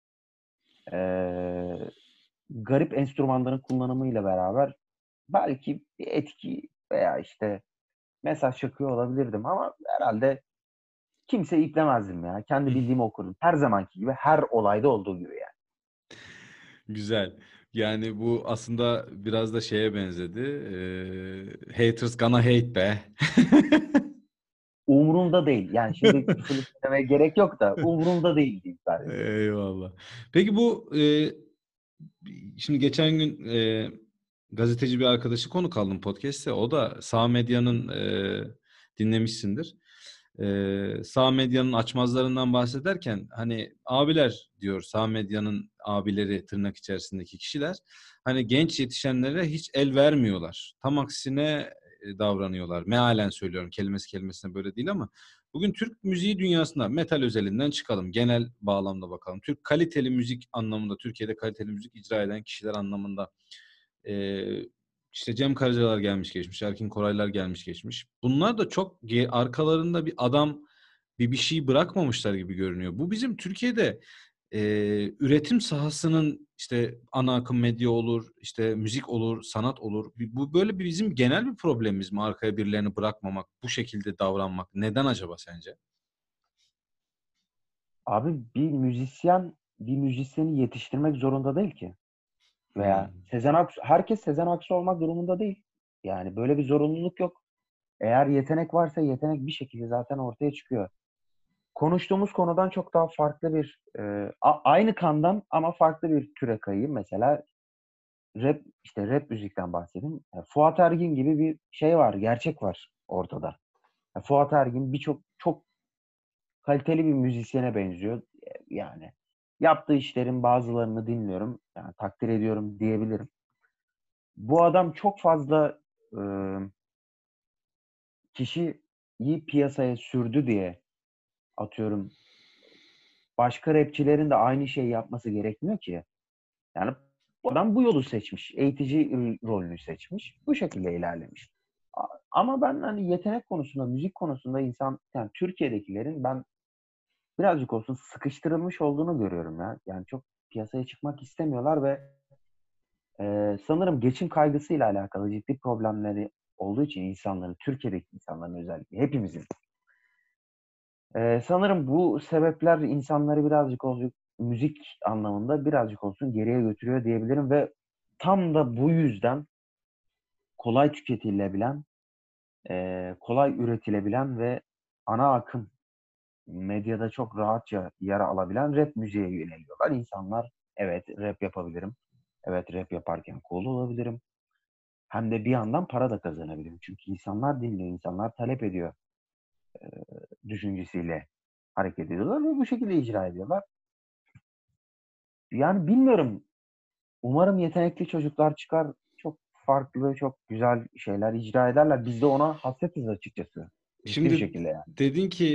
eee, garip enstrümanların kullanımıyla beraber belki bir etki veya işte mesaj çakıyor olabilirdim ama herhalde kimseyi iplemezdim ya. Kendi bildiğimi okurdum. Her zamanki gibi, her olayda olduğu gibi yani. Güzel. Yani bu aslında biraz da şeye benzedi. Ee, haters gonna hate be. Umurumda değil. Yani şimdi küfürlü söylemeye gerek yok da umurumda değil diyeyim sadece. Eyvallah. Peki bu e, şimdi geçen gün e, gazeteci bir arkadaşı konuk aldım podcast'te. O da Sağ Medya'nın e, dinlemişsindir. Ee, sağ medyanın açmazlarından bahsederken hani abiler diyor, sağ medyanın abileri tırnak içerisindeki kişiler hani genç yetişenlere hiç el vermiyorlar. Tam aksine e, davranıyorlar. Mealen söylüyorum, kelimesi kelimesine böyle değil ama bugün Türk müziği dünyasında metal özelinden çıkalım. Genel bağlamda bakalım. Türk kaliteli müzik anlamında, Türkiye'de kaliteli müzik icra eden kişiler anlamında ee, işte Cem Karacalar gelmiş geçmiş, Erkin Koraylar gelmiş geçmiş. Bunlar da çok ge- arkalarında bir adam, bir bir şey bırakmamışlar gibi görünüyor. Bu bizim Türkiye'de e, üretim sahasının işte ana akım medya olur, işte müzik olur, sanat olur. Bir- Bu böyle bir bizim genel bir problemimiz mi? Arkaya birilerini bırakmamak, bu şekilde davranmak. Neden acaba sence? Abi bir müzisyen bir müzisyeni yetiştirmek zorunda değil ki. Veya Hmm. Sezen Aksu, herkes Sezen Aksu olmak durumunda değil. Yani böyle bir zorunluluk yok. Eğer yetenek varsa yetenek bir şekilde zaten ortaya çıkıyor. Konuştuğumuz konudan çok daha farklı bir e, a- aynı kandan ama farklı bir türe kayayım. Mesela rap, işte rap müzikten bahsedeyim. Ya Fuat Ergin gibi bir şey var, gerçek var ortada. Ya Fuat Ergin birçok çok kaliteli bir müzisyene benziyor. E, Yani yaptığı işlerin bazılarını dinliyorum. Yani takdir ediyorum diyebilirim. Bu adam çok fazla e, kişiyi piyasaya sürdü diye atıyorum. Başka rapçilerin de aynı şeyi yapması gerekmiyor ki. Yani bu adam bu yolu seçmiş. Eğitici rolünü seçmiş. Bu şekilde ilerlemiş. Ama ben hani yetenek konusunda, müzik konusunda insan, yani Türkiye'dekilerin ben birazcık olsun sıkıştırılmış olduğunu görüyorum ya. Yani çok piyasaya çıkmak istemiyorlar ve e, sanırım geçim kaygısıyla alakalı ciddi problemleri olduğu için insanların, Türkiye'deki insanların özellikle hepimizin. E, sanırım bu sebepler insanları birazcık olsun müzik anlamında birazcık olsun geriye götürüyor diyebilirim ve tam da bu yüzden kolay tüketilebilen, e, kolay üretilebilen ve ana akım medyada çok rahatça yer alabilen rap müziğe yöneliyorlar. İnsanlar evet rap yapabilirim. Evet rap yaparken cool olabilirim. Hem de bir yandan para da kazanabilirim. Çünkü insanlar dinliyor, insanlar talep ediyor e, düşüncesiyle hareket ediyorlar ve bu şekilde icra ediyorlar. Yani bilmiyorum. Umarım yetenekli çocuklar çıkar. Çok farklı, çok güzel şeyler icra ederler. Biz de ona hasretiz açıkçası. Ciddi bir Şimdi şekilde yani. dedin ki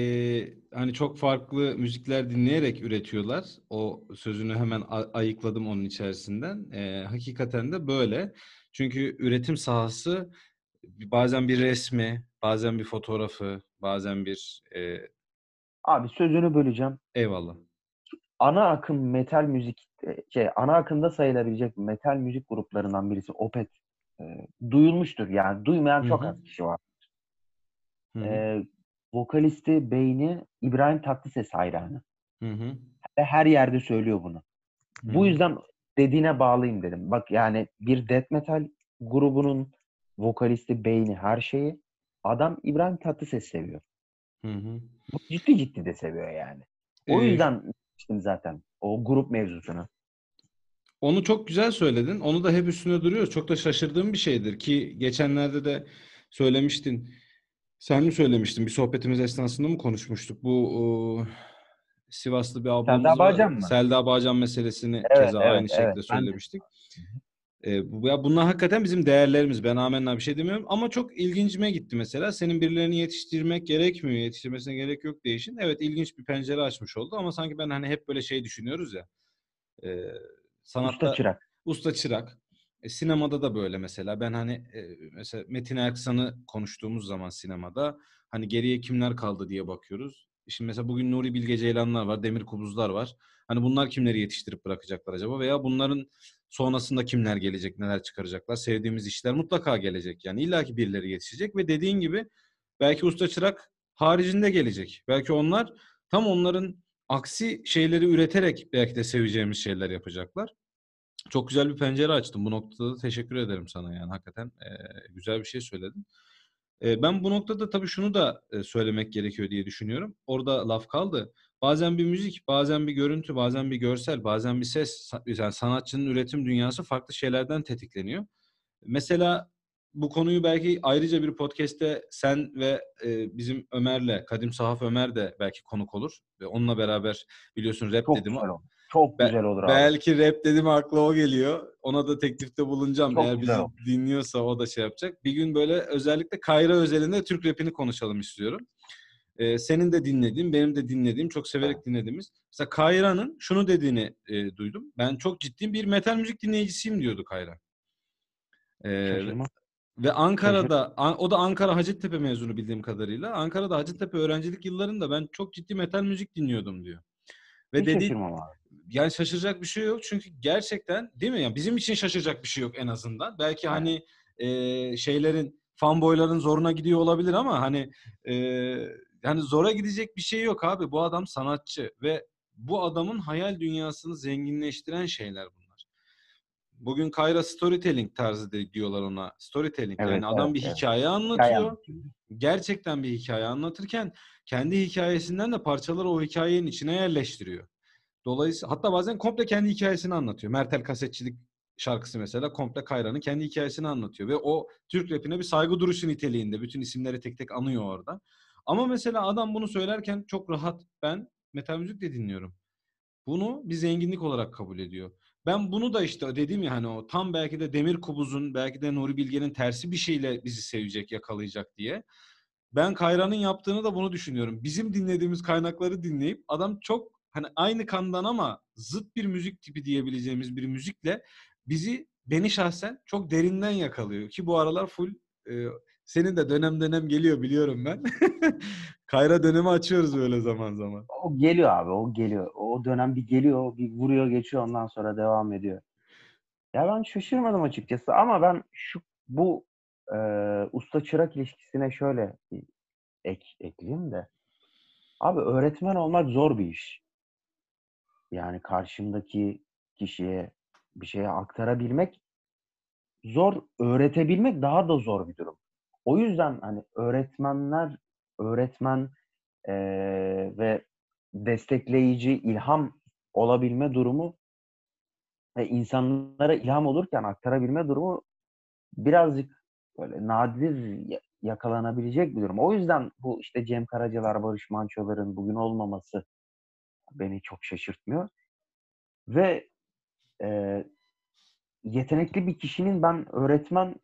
e, hani çok farklı müzikler dinleyerek üretiyorlar. O sözünü hemen a- ayıkladım onun içerisinden. E, hakikaten de böyle. Çünkü üretim sahası bazen bir resmi, bazen bir fotoğrafı, bazen bir e, Abi sözünü böleceğim. eyvallah. Ana akım metal müzik, e, şey ana akımda sayılabilecek metal müzik gruplarından birisi Opeth. E, duyulmuştur. Yani duymayan Hı çok hı. az kişi var. Hı hı. E, vokalisti Beyni İbrahim Tatlıses hayranı. Hı hı. Ve her yerde söylüyor bunu. Hı Bu hı. yüzden dediğine bağlıyım dedim. Bak yani bir death metal grubunun vokalisti Beyni her şeyi. Adam İbrahim Tatlıses seviyor. Hı hı. Bu ciddi ciddi de seviyor yani. O E, yüzden işte zaten o grup mevzusunu. Onu çok güzel söyledin. Onu da hep üstüne duruyoruz. Çok da şaşırdığım bir şeydir ki geçenlerde de söylemiştin. Sen mi söylemiştin? Bir sohbetimiz esnasında mı konuşmuştuk? Bu o, Sivaslı bir Selda ablamız var. Bağcan mı? Selda Bağcan meselesini Evet, keza evet, aynı evet. şekilde Ben de. söylemiştik. E, bu, ya bunlar hakikaten bizim değerlerimiz. Ben amenna bir şey demiyorum. Ama çok ilgincime gitti mesela. Senin birilerini yetiştirmek gerekmiyor. Yetiştirmesine gerek yok değişin. Evet, ilginç bir pencere açmış oldu. Ama sanki ben hani hep böyle şey düşünüyoruz ya. E, Usta Sanatta çırak. usta çırak. E, sinemada da böyle mesela. Ben hani e, mesela Metin Erksan'ı konuştuğumuz zaman sinemada hani geriye kimler kaldı diye bakıyoruz. Şimdi mesela bugün Nuri Bilge Ceylanlar var, Demir Kubuzlar var. Hani bunlar kimleri yetiştirip bırakacaklar acaba? Veya bunların sonrasında kimler gelecek, neler çıkaracaklar? Sevdiğimiz işler mutlaka gelecek. Yani illaki birileri yetişecek ve dediğin gibi belki usta çırak haricinde gelecek. Belki onlar tam onların aksi şeyleri üreterek belki de seveceğimiz şeyler yapacaklar. Çok güzel bir pencere açtın. Bu noktada da teşekkür ederim sana yani hakikaten eee, güzel bir şey söyledin. Eee, ben bu noktada tabii şunu da e, söylemek gerekiyor diye düşünüyorum. Orada laf kaldı. Bazen bir müzik, bazen bir görüntü, bazen bir görsel, bazen bir ses, sa- yani sanatçının üretim dünyası farklı şeylerden tetikleniyor. Mesela bu konuyu belki ayrıca bir podcast'te sen ve e, bizim Ömer'le, Kadim Sahaf Ömer de belki konuk olur. Ve onunla beraber biliyorsun rap Çok dedim. güzel olur. Çok Be- güzel olur abi. belki rap dedim akla o geliyor. Ona da teklifte bulunacağım. Çok Eğer güzel bizi olur. dinliyorsa o da şey yapacak. Bir gün böyle özellikle Kayra özelinde Türk rapini konuşalım istiyorum. Ee, senin de dinlediğin, benim de dinlediğim, çok severek dinlediğimiz. Mesela Kayra'nın şunu dediğini e, duydum. Ben çok ciddi bir metal müzik dinleyicisiyim diyordu Kayra. Ee, Şaşırma. ve Şaşır. Ankara'da, An- o da Ankara Hacettepe mezunu bildiğim kadarıyla. Ankara'da Hacettepe öğrencilik yıllarında ben çok ciddi metal müzik dinliyordum diyor. Ve Hiç dedi, şaşırmam abi. yani şaşıracak bir şey yok çünkü gerçekten değil mi? Yani bizim için şaşıracak bir şey yok en azından. Belki Aynen. hani e, şeylerin, fanboyların zoruna gidiyor olabilir ama hani e, yani zora gidecek bir şey yok abi. Bu adam sanatçı ve bu adamın hayal dünyasını zenginleştiren şeyler bunlar. Bugün Kayra storytelling tarzı de diyorlar ona. Storytelling, Evet, yani adam evet, bir evet. hikaye Hikaye anlatıyor. anlatıyor. Gerçekten bir hikaye anlatırken kendi hikayesinden de parçaları o hikayenin içine yerleştiriyor. Dolayısıyla hatta bazen komple kendi hikayesini anlatıyor. Mertel Kasetçilik şarkısı mesela komple Kayra'nın kendi hikayesini anlatıyor. Ve o Türk rapine bir saygı duruşu niteliğinde. Bütün isimleri tek tek anıyor orada. Ama mesela adam bunu söylerken çok rahat. Ben metal müzik de dinliyorum. Bunu bir zenginlik olarak kabul ediyor. Ben bunu da işte dedim ya hani o tam belki de Demir Kubuz'un belki de Nuri Bilge'nin tersi bir şeyle bizi sevecek, yakalayacak diye. Ben Kayra'nın yaptığını da bunu düşünüyorum. Bizim dinlediğimiz kaynakları dinleyip adam çok hani aynı kandan ama zıt bir müzik tipi diyebileceğimiz bir müzikle bizi, beni şahsen çok derinden yakalıyor. Ki bu aralar full e, senin de dönem dönem geliyor biliyorum ben. Kayra dönemi açıyoruz böyle zaman zaman. O geliyor abi, o geliyor. O dönem bir geliyor, bir vuruyor geçiyor ondan sonra devam ediyor. Ya ben şaşırmadım açıkçası ama ben şu bu e, usta çırak ilişkisine şöyle bir ek ekleyeyim de. Abi öğretmen olmak zor bir iş. Yani karşımdaki kişiye bir şeye aktarabilmek zor, öğretebilmek daha da zor bir durum. O yüzden hani öğretmenler, öğretmen eee, ve destekleyici, ilham olabilme durumu ve insanlara ilham olurken aktarabilme durumu birazcık böyle nadir ya- yakalanabilecek bir durum. O yüzden bu işte Cem Karacalar, Barış Manço'ların bugün olmaması beni çok şaşırtmıyor. Ve eee, yetenekli bir kişinin ben öğretmen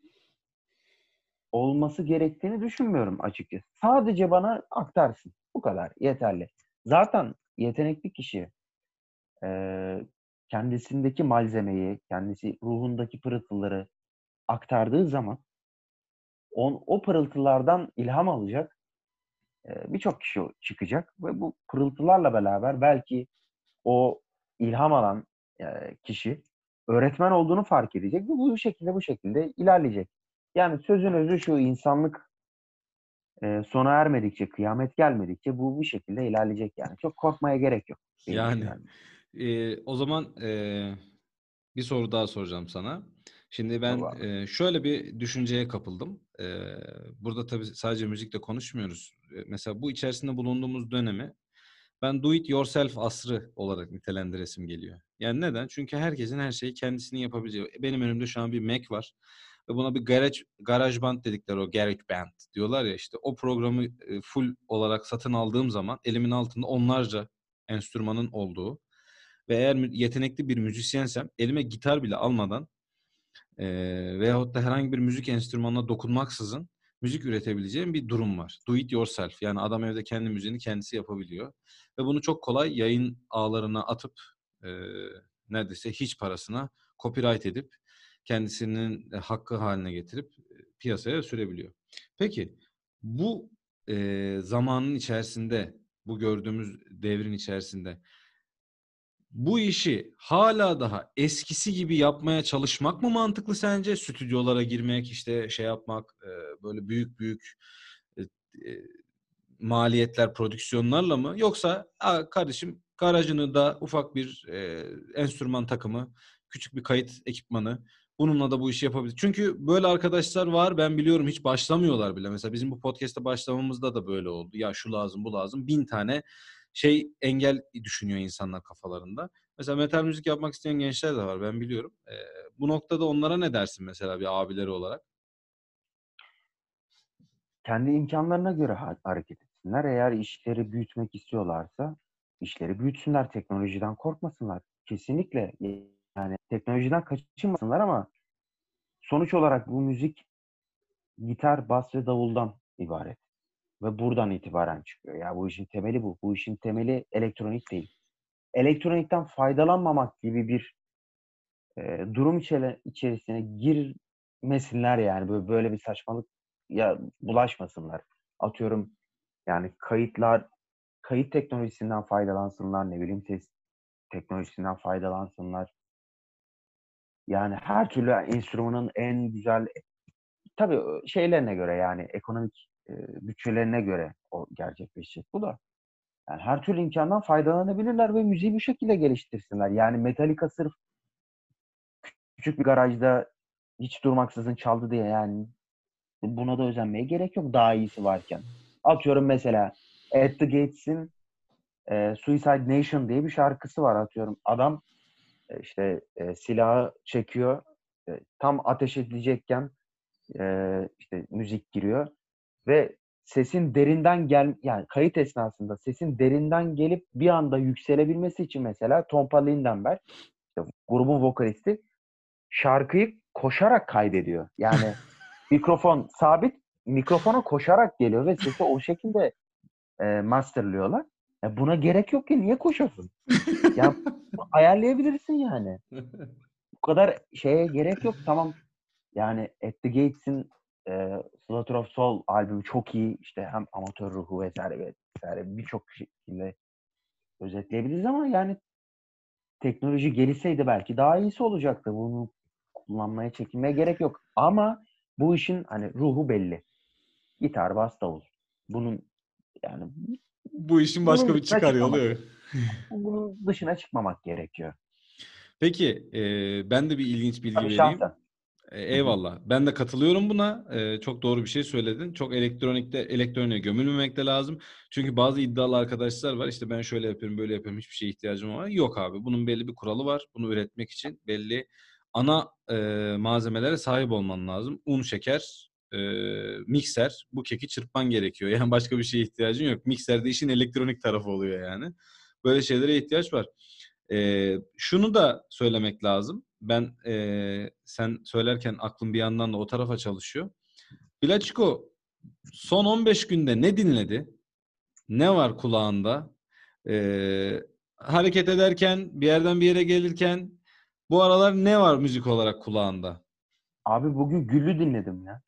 olması gerektiğini düşünmüyorum açıkçası. Sadece bana aktarsın. Bu kadar yeterli. Zaten yetenekli kişi eee, kendisindeki malzemeyi, kendisi ruhundaki pırıltıları aktardığı zaman on, o pırıltılardan ilham alacak eee, birçok kişi çıkacak ve bu pırıltılarla beraber belki o ilham alan eee, kişi öğretmen olduğunu fark edecek ve bu şekilde bu şekilde ilerleyecek. Yani sözün özü şu: insanlık Eee, sona ermedikçe, kıyamet gelmedikçe bu bu şekilde ilerleyecek yani. Çok korkmaya gerek yok diye Yani düşünüyorum. e, o zaman e, bir soru daha soracağım sana. Şimdi ben Vallahi. e, şöyle bir düşünceye kapıldım. E, burada tabii sadece müzikle konuşmuyoruz. E, mesela bu içerisinde bulunduğumuz dönemi ben do it yourself asrı olarak nitelendiresim geliyor. Yani neden? Çünkü herkesin her şeyi kendisini yapabileceği. Benim önümde şu an bir Mac var. Ve buna bir garage, GarageBand dedikleri, o GarageBand diyorlar ya, işte o programı e, full olarak satın aldığım zaman elimin altında onlarca enstrümanın olduğu ve eğer mü- yetenekli bir müzisyensem elime gitar bile almadan e, veyahut da herhangi bir müzik enstrümanına dokunmaksızın müzik üretebileceğim bir durum var. Do it yourself. Yani adam evde kendi müziğini kendisi yapabiliyor. Ve bunu çok kolay yayın ağlarına atıp e, neredeyse hiç parasına copyright edip kendisinin e, hakkı haline getirip e, piyasaya sürebiliyor. Peki bu e, zamanın içerisinde, bu gördüğümüz devrin içerisinde bu işi hala daha eskisi gibi yapmaya çalışmak mı mantıklı sence? Stüdyolara girmek, işte şey yapmak, e, böyle büyük büyük e, e, maliyetler, prodüksiyonlarla mı? Yoksa "Aa, kardeşim garajını da ufak bir e, enstrüman takımı, küçük bir kayıt ekipmanı, bununla da bu işi yapabilir." Çünkü böyle arkadaşlar var, ben biliyorum, hiç başlamıyorlar bile. Mesela bizim bu podcast'a başlamamızda da böyle oldu. Ya şu lazım, bu lazım. Bin tane şey engel düşünüyor insanlar kafalarında. Mesela metal müzik yapmak isteyen gençler de var, ben biliyorum. E, bu noktada onlara ne dersin mesela bir abileri olarak? kendi imkanlarına göre ha- hareket etsinler. Eğer işleri büyütmek istiyorlarsa işleri büyütsünler. Teknolojiden korkmasınlar. Kesinlikle yani teknolojiden kaçınmasınlar ama sonuç olarak bu müzik gitar, bas ve davuldan ibaret. Ve buradan itibaren çıkıyor. Ya bu işin temeli bu. Bu işin temeli elektronik değil. Elektronikten faydalanmamak gibi bir e, durum içeri- içerisine girmesinler yani. Böyle, böyle bir saçmalık ya bulaşmasınlar. Atıyorum yani kayıtlar, kayıt teknolojisinden faydalansınlar, ne bileyim ses teknolojisinden faydalansınlar. Yani her türlü enstrümanın en güzel, tabii şeylerine göre yani ekonomik e, bütçelerine göre o gerçekleşecek bu da. Yani her türlü imkandan faydalanabilirler ve müziği bu şekilde geliştirsinler. Yani Metallica sırf küçük bir garajda hiç durmaksızın çaldı diye yani buna da özenmeye gerek yok daha iyisi varken. Atıyorum mesela At the Gates'in e, Suicide Nation diye bir şarkısı var atıyorum. Adam e, işte e, silahı çekiyor. E, tam ateş edecekken e, işte müzik giriyor ve sesin derinden gel yani kayıt esnasında sesin derinden gelip bir anda yükselebilmesi için mesela Tompa Lindenberg işte grubun vokalisti şarkıyı koşarak kaydediyor. Yani mikrofon sabit, mikrofona koşarak geliyor ve sesi o şekilde e, masterlıyorlar. Ya buna gerek yok ki niye koşuyorsun? Ya ayarlayabilirsin yani. Bu kadar şeye gerek yok. Tamam yani At the Gates'in e, Slaughter of Soul albümü çok iyi. İşte hem amatör ruhu vesaire vesaire birçok şekilde özetleyebiliriz ama yani teknoloji gelişseydi belki daha iyisi olacaktı. Bunu kullanmaya çekinmeye gerek yok. Ama bu işin hani ruhu belli. Gitar, bas, davul. Bunun yani Bu işin bunun başka bir dışına çıkar yolu çıkmamak yok. gerekiyor. Bunun dışına çıkmamak gerekiyor. Peki, e, ben de bir ilginç bilgi Tabii vereyim. şahsen. E, Hı hı. eyvallah. Ben de katılıyorum buna. E, çok doğru bir şey söyledin. Çok elektronikte elektroniğe gömülmemek de lazım. Çünkü bazı iddialı arkadaşlar var. İşte ben şöyle yapıyorum, böyle yapıyorum. Hiçbir şeye ihtiyacım var. Yok abi. Bunun belli bir kuralı var. Bunu üretmek için belli ana e, malzemelere sahip olman lazım. Un, şeker, e, mikser. Bu keki çırpman gerekiyor. Yani başka bir şeye ihtiyacın yok. Mikser de işin elektronik tarafı oluyor yani. Böyle şeylere ihtiyaç var. Ee, şunu da söylemek lazım. Ben e, sen söylerken aklım bir yandan da o tarafa çalışıyor. Plaçko son on beş günde ne dinledi? Ne var kulağında? Ee, hareket ederken, bir yerden bir yere gelirken bu aralar ne var müzik olarak kulağında? Abi bugün Güllü dinledim ya.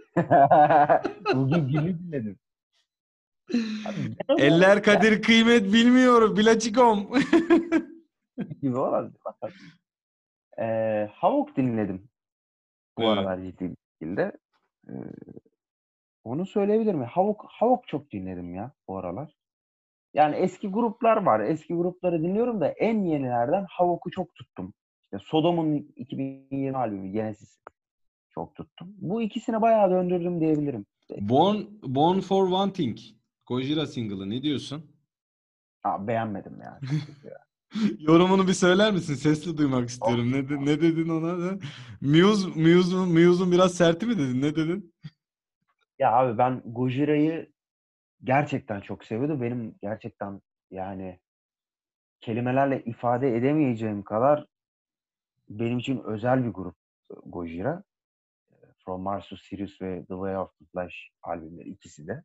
Bugün Güllü dinledim. Abi genel olarak Eller yani kadir kıymet bilmiyor Plaçikom. gibi olan ee, Havok dinledim bu Evet. aralar ciddi bir şekilde. Ee, onu söyleyebilirim. Havok, Havok çok dinledim ya bu aralar. Yani eski gruplar var. Eski grupları dinliyorum da en yenilerden Havok'u çok tuttum. İşte Sodom'un iki bin yirmi albümü Genesis çok tuttum. Bu ikisini bayağı döndürdüm diyebilirim. Born, Born for Wanting. Gojira single'ı ne diyorsun? Aa, beğenmedim ya. Çok kötü ya. Yorumunu bir söyler misin? Sesli duymak Çok. istiyorum. Ne, de- ne dedin ona da? Muse, Muse'un, Muse'un biraz serti mi dedin? Ne dedin? Ya abi ben Gojira'yı gerçekten çok seviyordum. Benim gerçekten yani kelimelerle ifade edemeyeceğim kadar benim için özel bir grup Gojira. From Mars to Sirius ve The Way of the Flash albümleri ikisi de.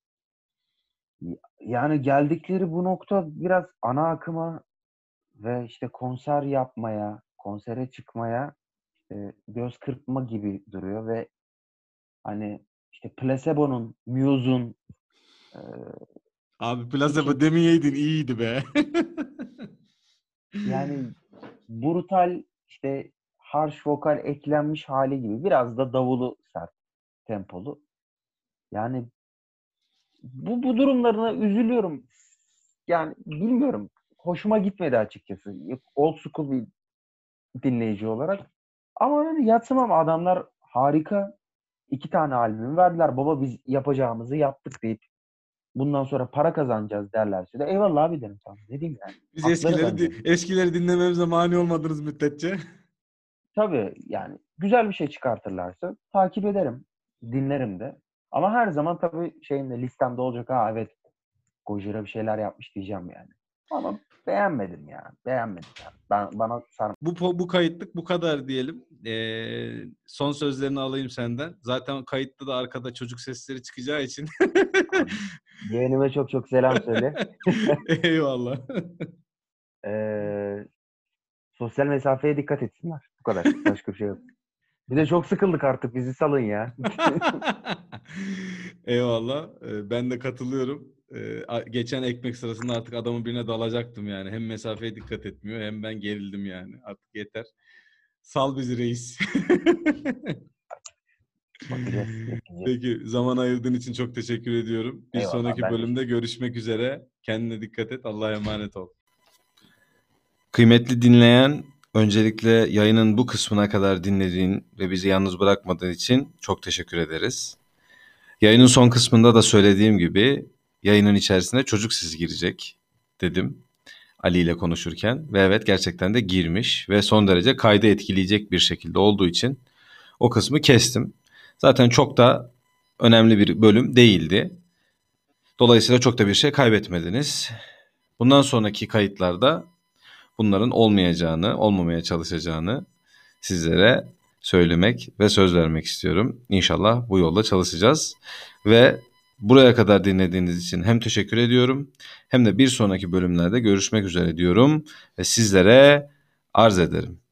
Yani geldikleri bu nokta biraz ana akıma ve işte konser yapmaya, konsere çıkmaya işte göz kırpma gibi duruyor ve hani işte Placebo'nun, Muse'un e, Abi Placebo için demeyeydin iyiydi be. yani brutal işte harsh vokal eklenmiş hali gibi biraz da davulu sert tempolu. Yani bu bu durumlarına üzülüyorum. Yani bilmiyorum. Hoşuma gitmedi açıkçası. Old school bir dinleyici olarak. Ama yani yadsımam adamlar harika iki tane albüm verdiler. Baba biz yapacağımızı yaptık deyip bundan sonra para kazanacağız derlerse de eyvallah abi derim tamam. Ne diyeyim yani. Biz Hakları eskileri bence. di- eskileri dinlememize mani olmadınız müddetçe. Tabii yani güzel bir şey çıkartırlarsa takip ederim. Dinlerim de. Ama her zaman tabii şeyimde, listemde olacak. Ha evet, Gojira bir şeyler yapmış diyeceğim yani. Ama beğenmedim ya. Beğenmedim ya. Ben, bana sar. Bu po- bu kayıtlık bu kadar diyelim. Ee, son sözlerini alayım senden. Zaten kayıtta da arkada çocuk sesleri çıkacağı için. Yeğenime çok çok selam söyle. Eyvallah. Ee, sosyal mesafeye dikkat etsinler. Bu kadar. Başka bir şey yok. Bir de çok sıkıldık artık. Bizi salın ya. Eyvallah. Ee, ben de katılıyorum. Ee, a- geçen ekmek sırasında artık adamın birine dalacaktım yani. Hem mesafeye dikkat etmiyor hem ben gerildim yani. Artık yeter. Sal bizi reis. Bakacağız. Bekleyeceğiz. Peki zaman ayırdığın için çok teşekkür ediyorum. Bir Eyvallah. sonraki Ben bölümde teşekkür ederim. görüşmek üzere. Kendine dikkat et. Allah'a emanet ol. Kıymetli dinleyen, öncelikle yayının bu kısmına kadar dinlediğin ve bizi yalnız bırakmadığın için çok teşekkür ederiz. Yayının son kısmında da söylediğim gibi yayının içerisine çocuk sesi girecek dedim Ali ile konuşurken. Ve evet, gerçekten de girmiş ve son derece kaydı etkileyecek bir şekilde olduğu için o kısmı kestim. Zaten çok da önemli bir bölüm değildi. Dolayısıyla çok da bir şey kaybetmediniz. Bundan sonraki kayıtlarda bunların olmayacağını, olmamaya çalışacağını sizlere söylemek ve söz vermek istiyorum. İnşallah bu yolda çalışacağız. Ve buraya kadar dinlediğiniz için hem teşekkür ediyorum hem de bir sonraki bölümlerde görüşmek üzere diyorum ve sizlere arz ederim.